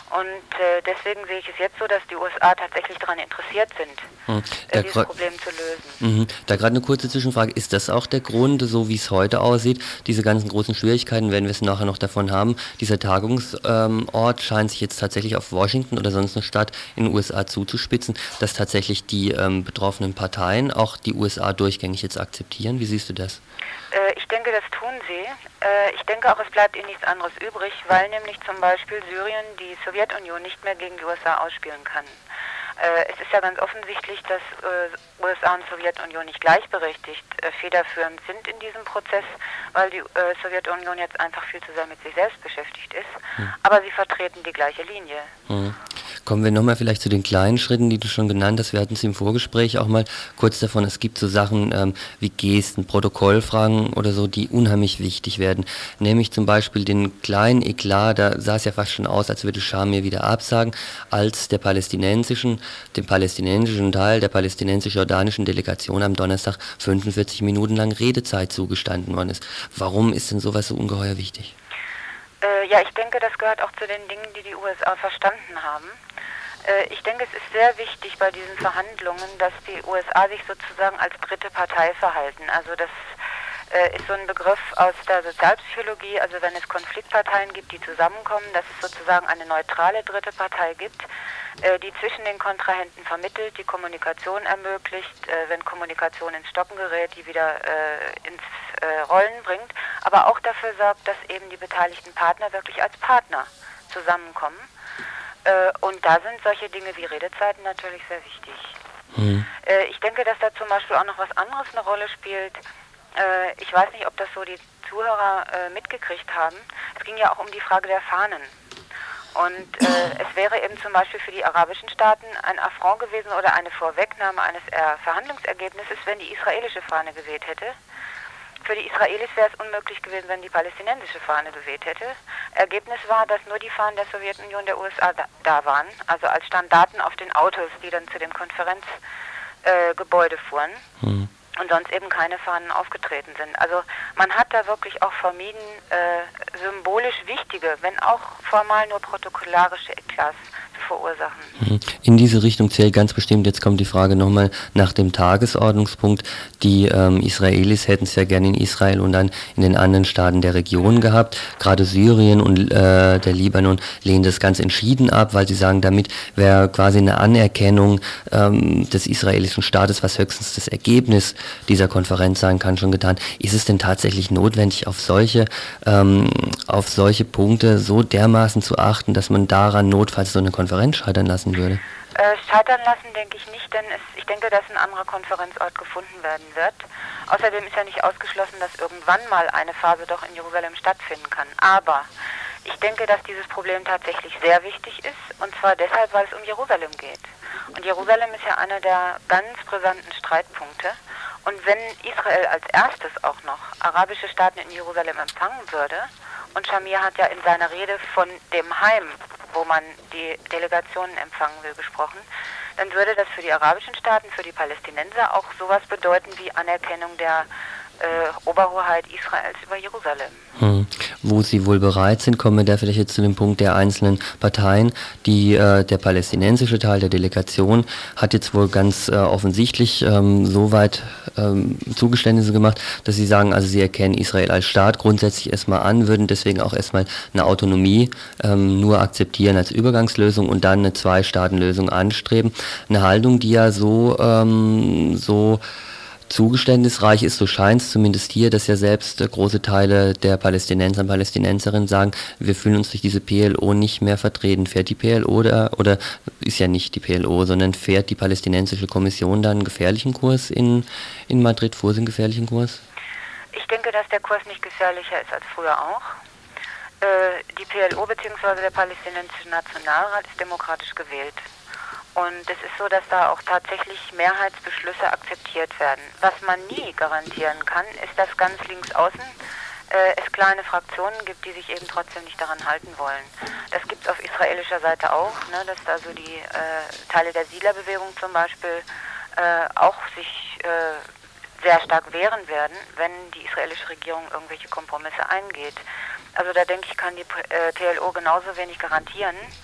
Und äh, deswegen sehe ich es jetzt so, dass die U S A tatsächlich daran interessiert sind, Hm. äh, dieses Problem zu lösen. Mhm. Da gerade eine kurze Zwischenfrage. Ist das auch der Grund, so wie es heute aussieht, diese ganzen großen Schwierigkeiten, werden wir es nachher noch davon haben, dieser Tagungsort ähm, scheint sich jetzt tatsächlich auf Washington oder sonst eine Stadt in den U S A zuzuspitzen, dass tatsächlich die ähm, betroffenen Parteien auch die U S A durchgängig jetzt akzeptieren? Wie siehst du das? Äh, ich denke, das tun sie. Äh, ich denke auch, es bleibt ihnen nichts anderes übrig, weil nämlich zum Beispiel Syrien die Sowjetunion nicht mehr gegen die U S A ausspielen kann. Äh, es ist ja ganz offensichtlich, dass äh, U S A und Sowjetunion nicht gleichberechtigt äh, federführend sind in diesem Prozess, weil die äh, Sowjetunion jetzt einfach viel zu sehr mit sich selbst beschäftigt ist. Hm. Aber sie vertreten die gleiche Linie. Hm. Kommen wir nochmal vielleicht zu den kleinen Schritten, die du schon genannt hast. Wir hatten es im Vorgespräch auch mal kurz davon. Es gibt so Sachen ähm, wie Gesten, Protokollfragen oder so, die unheimlich wichtig werden. Nämlich zum Beispiel den kleinen Eklat, da sah es ja fast schon aus, als würde Schamir wieder absagen, als der palästinensischen, dem palästinensischen Teil der palästinensisch-jordanischen Delegation am Donnerstag fünfundvierzig Minuten lang Redezeit zugestanden worden ist. Warum ist denn sowas so ungeheuer wichtig? Äh, ja, ich denke, das gehört auch zu den Dingen, die die U S A verstanden haben. Äh, ich denke, es ist sehr wichtig bei diesen Verhandlungen, dass die U S A sich sozusagen als dritte Partei verhalten. Also das äh, ist so ein Begriff aus der Sozialpsychologie, also wenn es Konfliktparteien gibt, die zusammenkommen, dass es sozusagen eine neutrale dritte Partei gibt, äh, die zwischen den Kontrahenten vermittelt, die Kommunikation ermöglicht, äh, wenn Kommunikation ins Stocken gerät, die wieder äh, ins äh, Rollen bringt, aber auch dafür sorgt, dass eben die beteiligten Partner wirklich als Partner zusammenkommen. Äh, und da sind solche Dinge wie Redezeiten natürlich sehr wichtig. Mhm. Äh, ich denke, dass da zum Beispiel auch noch was anderes eine Rolle spielt. Äh, ich weiß nicht, ob das so die Zuhörer äh, mitgekriegt haben. Es ging ja auch um die Frage der Fahnen. Und äh, es wäre eben zum Beispiel für die arabischen Staaten ein Affront gewesen oder eine Vorwegnahme eines äh, Verhandlungsergebnisses, wenn die israelische Fahne geweht hätte. Für die Israelis wäre es unmöglich gewesen, wenn die palästinensische Fahne geweht hätte. Ergebnis war, dass nur die Fahnen der Sowjetunion und der U S A da, da waren, also als Standarten auf den Autos, die dann zu dem Konferenzgebäude äh, fuhren. Mhm. Und sonst eben keine Fahnen aufgetreten sind. Also man hat da wirklich auch vermieden, äh, symbolisch wichtige, wenn auch formal nur protokollarische Eklats zu verursachen. In diese Richtung zählt ganz bestimmt, jetzt kommt die Frage nochmal nach dem Tagesordnungspunkt. Die ähm, Israelis hätten es ja gerne in Israel und dann in den anderen Staaten der Region gehabt. Gerade Syrien und äh, der Libanon lehnen das ganz entschieden ab, weil sie sagen, damit wäre quasi eine Anerkennung ähm, des israelischen Staates, was höchstens das Ergebnis dieser Konferenz sein kann, schon getan. Ist es denn tatsächlich notwendig, auf solche, ähm, auf solche Punkte so dermaßen zu achten, dass man daran notfalls so eine Konferenz scheitern lassen würde? Äh, scheitern lassen denke ich nicht, denn es, ich denke, dass ein anderer Konferenzort gefunden werden wird. Außerdem ist ja nicht ausgeschlossen, dass irgendwann mal eine Phase doch in Jerusalem stattfinden kann. Aber ich denke, dass dieses Problem tatsächlich sehr wichtig ist, und zwar deshalb, weil es um Jerusalem geht. Und Jerusalem ist ja einer der ganz brisanten Streitpunkte. Und wenn Israel als erstes auch noch arabische Staaten in Jerusalem empfangen würde, und Schamir hat ja in seiner Rede von dem Heim, wo man die Delegationen empfangen will, gesprochen, dann würde das für die arabischen Staaten, für die Palästinenser auch sowas bedeuten wie Anerkennung der äh, Oberhoheit Israels über Jerusalem. Hm. Wo sie wohl bereit sind, kommen wir da vielleicht jetzt zu dem Punkt der einzelnen Parteien. Die, äh, der palästinensische Teil der Delegation hat jetzt wohl ganz äh, offensichtlich ähm, so weit ähm, Zugeständnisse gemacht, dass sie sagen, also sie erkennen Israel als Staat grundsätzlich erstmal an, würden deswegen auch erstmal eine Autonomie ähm, nur akzeptieren als Übergangslösung und dann eine Zwei-Staaten-Lösung anstreben. Eine Haltung, die ja so, ähm, so zugeständnisreich ist, so scheint es zumindest hier, dass ja selbst äh, große Teile der Palästinenser und Palästinenserinnen sagen, wir fühlen uns durch diese P L O nicht mehr vertreten. Fährt die P L O da, oder ist ja nicht die P L O, sondern fährt die palästinensische Kommission dann einen gefährlichen Kurs in, in Madrid, fuhr sie einen gefährlichen Kurs? Ich denke, dass der Kurs nicht gefährlicher ist als früher auch. Äh, die P L O bzw. der Palästinensische Nationalrat ist demokratisch gewählt. Und es ist so, dass da auch tatsächlich Mehrheitsbeschlüsse akzeptiert werden. Was man nie garantieren kann, ist, dass ganz links außen äh, es kleine Fraktionen gibt, die sich eben trotzdem nicht daran halten wollen. Das gibt es auf israelischer Seite auch, ne, dass da so die äh, Teile der Siedlerbewegung zum Beispiel äh, auch sich äh, sehr stark wehren werden, wenn die israelische Regierung irgendwelche Kompromisse eingeht. Also da denke ich, kann die äh, P L O genauso wenig garantieren,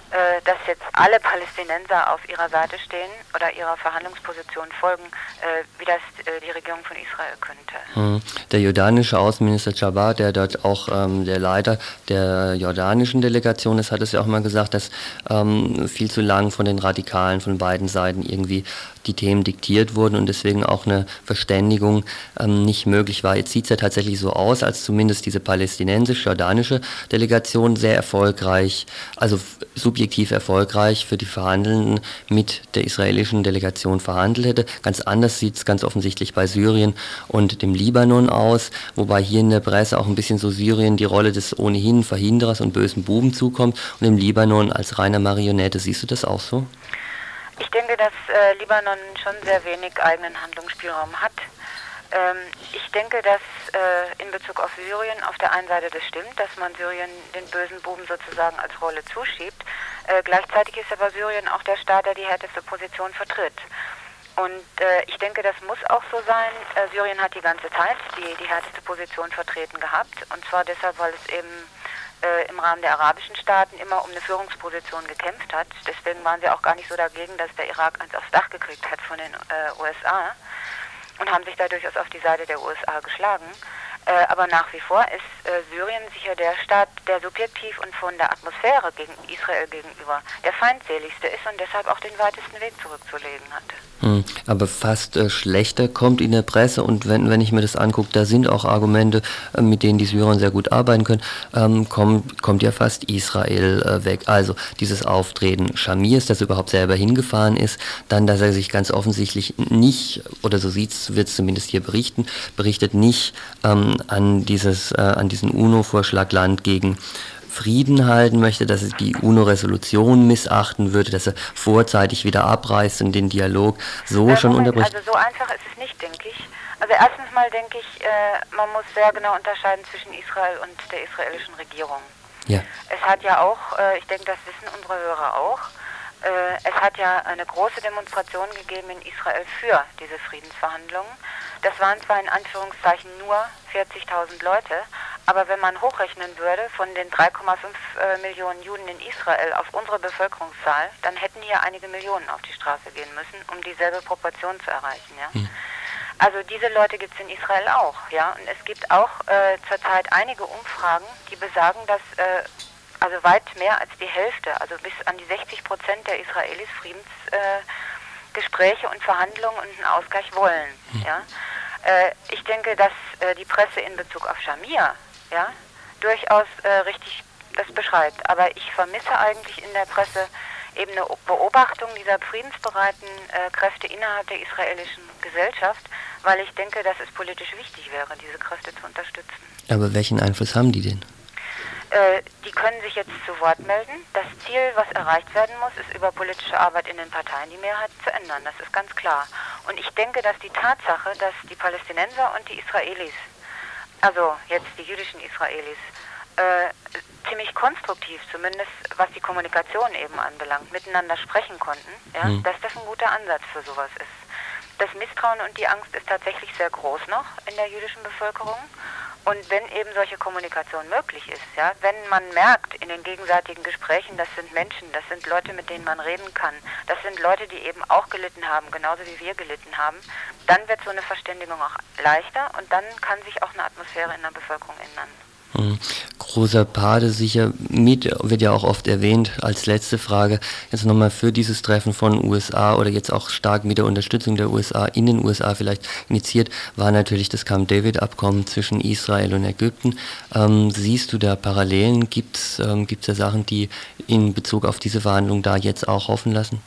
äh, dass jetzt alle Palästinenser auf ihrer Seite stehen oder ihrer Verhandlungsposition folgen, äh, wie das äh, die Regierung von Israel könnte. Der jordanische Außenminister Jabbar, der dort auch ähm, der Leiter der jordanischen Delegation ist, hat es ja auch mal gesagt, dass ähm, viel zu lang von den Radikalen von beiden Seiten irgendwie die Themen diktiert wurden und deswegen auch eine Verständigung ähm, nicht möglich war. Jetzt sieht es ja tatsächlich so aus, als zumindest diese palästinensisch-jordanische Delegation sehr erfolgreich, also subjektiv erfolgreich für die Verhandelnden mit der israelischen Delegation verhandelt hätte. Ganz anders sieht es ganz offensichtlich bei Syrien und dem Libanon aus, wobei hier in der Presse auch ein bisschen so Syrien die Rolle des ohnehin Verhinderers und bösen Buben zukommt und im Libanon als reiner Marionette. Siehst du das auch so? Ich denke, dass äh, Libanon schon sehr wenig eigenen Handlungsspielraum hat. Ähm, ich denke, dass äh, in Bezug auf Syrien auf der einen Seite das stimmt, dass man Syrien den bösen Buben sozusagen als Rolle zuschiebt. Äh, gleichzeitig ist aber Syrien auch der Staat, der die härteste Position vertritt. Und äh, ich denke, das muss auch so sein. Äh, Syrien hat die ganze Zeit die, die härteste Position vertreten gehabt. Und zwar deshalb, weil es eben äh, im Rahmen der arabischen Staaten immer um eine Führungsposition gekämpft hat. Deswegen waren sie auch gar nicht so dagegen, dass der Irak eins aufs Dach gekriegt hat von den äh, U S A. Und haben sich da durchaus auf die Seite der U S A geschlagen. Äh, aber nach wie vor ist äh, Syrien sicher der Staat, der subjektiv und von der Atmosphäre gegen Israel gegenüber der feindseligste ist und deshalb auch den weitesten Weg zurückzulegen hat. Hm, aber fast äh, schlechter kommt in der Presse und wenn, wenn ich mir das angucke, da sind auch Argumente, äh, mit denen die Syrer sehr gut arbeiten können, ähm, kommt, kommt ja fast Israel äh, weg. Also dieses Auftreten Shamirs, das überhaupt selber hingefahren ist, dann, dass er sich ganz offensichtlich nicht, oder so sieht's, wird es zumindest hier berichten, berichtet nicht ähm, an dieses, äh, an diesen UNO-Vorschlag Land gegen Frieden halten möchte, dass er die UNO-Resolution missachten würde, dass er vorzeitig wieder abreißt und den Dialog so äh, schon Moment, unterbricht. Also so einfach ist es nicht, denke ich. Also erstens mal denke ich, äh, man muss sehr genau unterscheiden zwischen Israel und der israelischen Regierung. Ja. Es hat ja auch, äh, ich denke, das wissen unsere Hörer auch, äh, es hat ja eine große Demonstration gegeben in Israel für diese Friedensverhandlungen. Das waren zwar in Anführungszeichen nur vierzigtausend Leute, aber wenn man hochrechnen würde von den drei Komma fünf äh, Millionen Juden in Israel auf unsere Bevölkerungszahl, dann hätten hier einige Millionen auf die Straße gehen müssen, um dieselbe Proportion zu erreichen. Ja? Hm. Also diese Leute gibt es in Israel auch. Ja? Und es gibt auch äh, zurzeit einige Umfragen, die besagen, dass äh, also weit mehr als die Hälfte, also bis an die sechzig Prozent der Israelis Friedensgespräche äh, und Verhandlungen und einen Ausgleich wollen. Hm. Ja? Äh, ich denke, dass äh, die Presse in Bezug auf Shamir ja, durchaus äh, richtig das beschreibt. Aber ich vermisse eigentlich in der Presse eben eine Beobachtung dieser friedensbereiten äh, Kräfte innerhalb der israelischen Gesellschaft, weil ich denke, dass es politisch wichtig wäre, diese Kräfte zu unterstützen. Aber welchen Einfluss haben die denn? Äh, die können sich jetzt zu Wort melden. Das Ziel, was erreicht werden muss, ist über politische Arbeit in den Parteien die Mehrheit zu ändern. Das ist ganz klar. Und ich denke, dass die Tatsache, dass die Palästinenser und die Israelis, also jetzt die jüdischen Israelis, äh, ziemlich konstruktiv, zumindest was die Kommunikation eben anbelangt, miteinander sprechen konnten, ja, mhm. dass das ein guter Ansatz für sowas ist. Das Misstrauen und die Angst ist tatsächlich sehr groß noch in der jüdischen Bevölkerung. Und wenn eben solche Kommunikation möglich ist, ja, wenn man merkt in den gegenseitigen Gesprächen, das sind Menschen, das sind Leute, mit denen man reden kann, das sind Leute, die eben auch gelitten haben, genauso wie wir gelitten haben, dann wird so eine Verständigung auch leichter und dann kann sich auch eine Atmosphäre in der Bevölkerung ändern. Mhm. Großer Pate sicher mit, wird ja auch oft erwähnt, als letzte Frage, jetzt nochmal für dieses Treffen von U S A oder jetzt auch stark mit der Unterstützung der U S A in den U S A vielleicht initiiert, war natürlich das Camp David-Abkommen zwischen Israel und Ägypten. Ähm, siehst du da Parallelen? Gibt es ähm, gibt's da Sachen, die in Bezug auf diese Verhandlungen da jetzt auch hoffen lassen?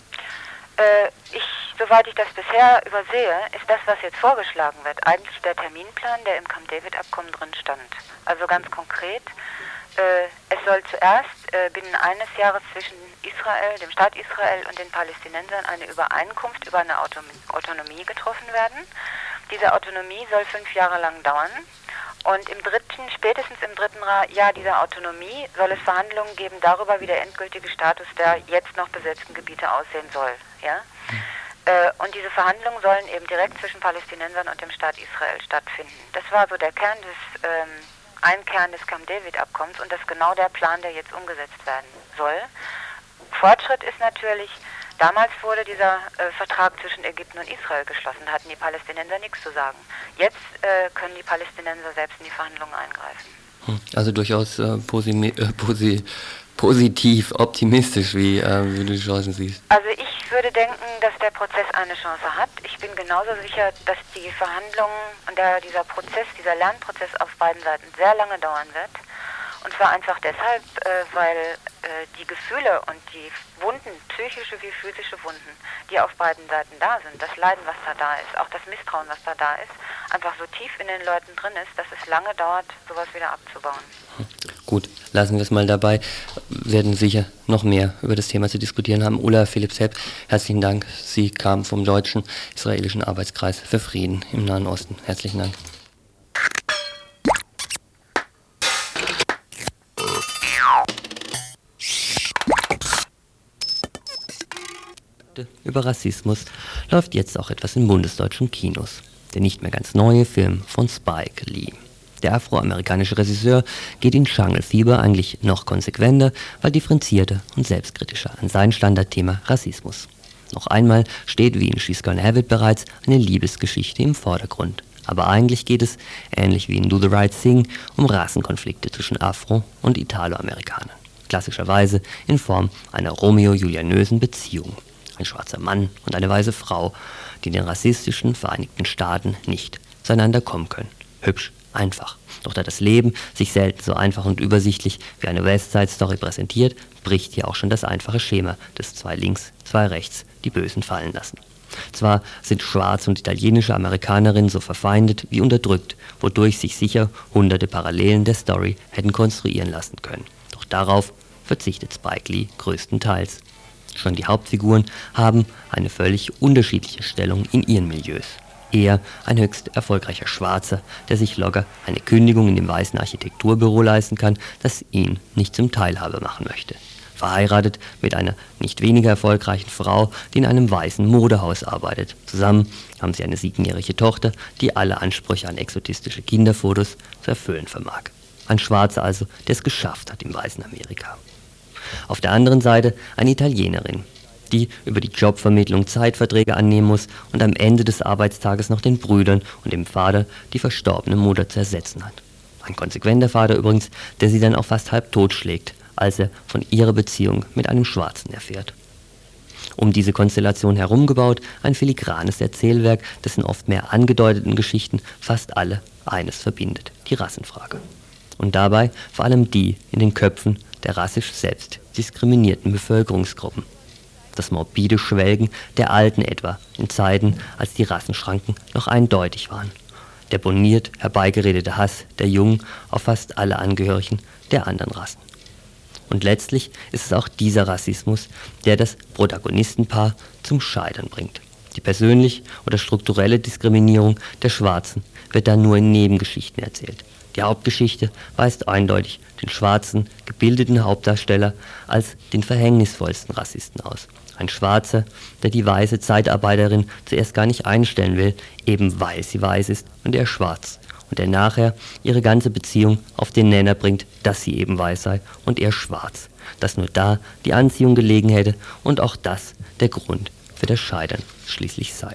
Äh, ich Soweit ich das bisher übersehe, ist das, was jetzt vorgeschlagen wird, eigentlich der Terminplan, der im Camp David-Abkommen drin stand. Also ganz konkret, äh, es soll zuerst äh, binnen eines Jahres zwischen Israel, dem Staat Israel und den Palästinensern eine Übereinkunft über eine Auto- Autonomie getroffen werden. Diese Autonomie soll fünf Jahre lang dauern. Und im dritten, spätestens im dritten Jahr dieser Autonomie soll es Verhandlungen geben darüber, wie der endgültige Status der jetzt noch besetzten Gebiete aussehen soll. Ja? Und diese Verhandlungen sollen eben direkt zwischen Palästinensern und dem Staat Israel stattfinden. Das war so der Kern des, ähm, ein Kern des Camp David-Abkommens und das ist genau der Plan, der jetzt umgesetzt werden soll. Fortschritt ist natürlich, damals wurde dieser äh, Vertrag zwischen Ägypten und Israel geschlossen, da hatten die Palästinenser nichts zu sagen. Jetzt äh, können die Palästinenser selbst in die Verhandlungen eingreifen. Also durchaus äh, posi äh, posi positiv, optimistisch, wie, äh, wie du die Chancen siehst. Also ich würde denken, dass der Prozess eine Chance hat. Ich bin genauso sicher, dass die Verhandlungen und der, dieser Prozess, dieser Lernprozess auf beiden Seiten sehr lange dauern wird. Und zwar einfach deshalb, äh, weil äh, die Gefühle und die Wunden, psychische wie physische Wunden, die auf beiden Seiten da sind, das Leiden, was da da ist, auch das Misstrauen, was da da ist, einfach so tief in den Leuten drin ist, dass es lange dauert, sowas wieder abzubauen. Gut, lassen wir es mal dabei. Wir werden sicher noch mehr über das Thema zu diskutieren haben. Ulla Philipp-Sepp, herzlichen Dank. Sie kam vom Deutschen Israelischen Arbeitskreis für Frieden im Nahen Osten. Herzlichen Dank. Über Rassismus läuft jetzt auch etwas in bundesdeutschen Kinos. Der nicht mehr ganz neue Film von Spike Lee. Der afroamerikanische Regisseur geht in Dschungelfieber eigentlich noch konsequenter, weil differenzierter und selbstkritischer an sein Standardthema Rassismus. Noch einmal steht wie in She's Gonna Have It bereits eine Liebesgeschichte im Vordergrund. Aber eigentlich geht es, ähnlich wie in Do the Right Thing, um Rassenkonflikte zwischen Afro- und Italoamerikanern. Klassischerweise in Form einer romeo-julianösen Beziehung. Ein schwarzer Mann und eine weiße Frau, die in den rassistischen Vereinigten Staaten nicht zueinander kommen können. Hübsch, einfach. Doch da das Leben sich selten so einfach und übersichtlich wie eine Westside-Story präsentiert, bricht hier auch schon das einfache Schema des zwei links, zwei rechts, die Bösen fallen lassen. Zwar sind schwarze und italienische Amerikanerinnen so verfeindet wie unterdrückt, wodurch sich sicher hunderte Parallelen der Story hätten konstruieren lassen können. Doch darauf verzichtet Spike Lee größtenteils. Schon die Hauptfiguren haben eine völlig unterschiedliche Stellung in ihren Milieus. Er ein höchst erfolgreicher Schwarzer, der sich locker eine Kündigung in dem weißen Architekturbüro leisten kann, das ihn nicht zum Teilhabe machen möchte. Verheiratet mit einer nicht weniger erfolgreichen Frau, die in einem weißen Modehaus arbeitet. Zusammen haben sie eine siebenjährige Tochter, die alle Ansprüche an exotistische Kinderfotos zu erfüllen vermag. Ein Schwarzer also, der es geschafft hat im weißen Amerika. Auf der anderen Seite eine Italienerin, die über die Jobvermittlung Zeitverträge annehmen muss und am Ende des Arbeitstages noch den Brüdern und dem Vater die verstorbene Mutter zu ersetzen hat. Ein konsequenter Vater übrigens, der sie dann auch fast halb tot schlägt, als er von ihrer Beziehung mit einem Schwarzen erfährt. Um diese Konstellation herumgebaut ein filigranes Erzählwerk, dessen oft mehr angedeuteten Geschichten fast alle eines verbindet, die Rassenfrage. Und dabei vor allem die in den Köpfen der rassisch selbst diskriminierten Bevölkerungsgruppen. Das morbide Schwelgen der Alten etwa, in Zeiten, als die Rassenschranken noch eindeutig waren. Der boniert herbeigeredete Hass der Jungen auf fast alle Angehörigen der anderen Rassen. Und letztlich ist es auch dieser Rassismus, der das Protagonistenpaar zum Scheitern bringt. Die persönliche oder strukturelle Diskriminierung der Schwarzen wird dann nur in Nebengeschichten erzählt. Die Hauptgeschichte weist eindeutig den schwarzen, gebildeten Hauptdarsteller als den verhängnisvollsten Rassisten aus. Ein Schwarzer, der die weiße Zeitarbeiterin zuerst gar nicht einstellen will, eben weil sie weiß ist und er schwarz. Und der nachher ihre ganze Beziehung auf den Nenner bringt, dass sie eben weiß sei und er schwarz. Dass nur da die Anziehung gelegen hätte und auch das der Grund für das Scheitern schließlich sei.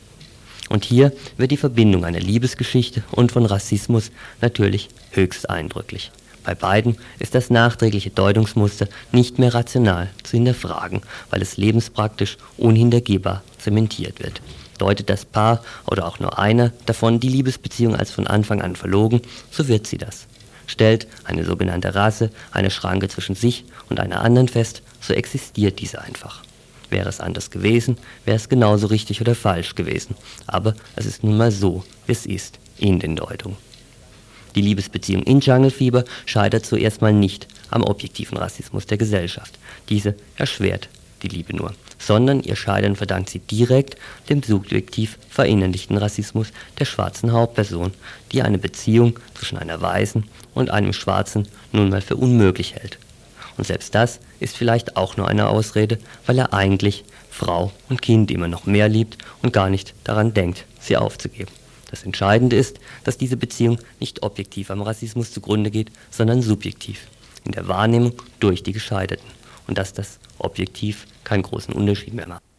Und hier wird die Verbindung einer Liebesgeschichte und von Rassismus natürlich höchst eindrücklich. Bei beiden ist das nachträgliche Deutungsmuster nicht mehr rational zu hinterfragen, weil es lebenspraktisch unhintergehbar zementiert wird. Deutet das Paar oder auch nur einer davon die Liebesbeziehung als von Anfang an verlogen, so wird sie das. Stellt eine sogenannte Rasse eine Schranke zwischen sich und einer anderen fest, so existiert diese einfach. Wäre es anders gewesen, wäre es genauso richtig oder falsch gewesen. Aber es ist nun mal so, wie es ist, in den Deutungen. Die Liebesbeziehung in Dschungelfieber scheitert zuerst mal nicht am objektiven Rassismus der Gesellschaft. Diese erschwert die Liebe nur, sondern ihr Scheitern verdankt sie direkt dem subjektiv verinnerlichten Rassismus der schwarzen Hauptperson, die eine Beziehung zwischen einer Weißen und einem Schwarzen nun mal für unmöglich hält. Und selbst das ist vielleicht auch nur eine Ausrede, weil er eigentlich Frau und Kind immer noch mehr liebt und gar nicht daran denkt, sie aufzugeben. Das Entscheidende ist, dass diese Beziehung nicht objektiv am Rassismus zugrunde geht, sondern subjektiv, in der Wahrnehmung durch die Gescheiterten. und dass das objektiv keinen großen Unterschied mehr macht.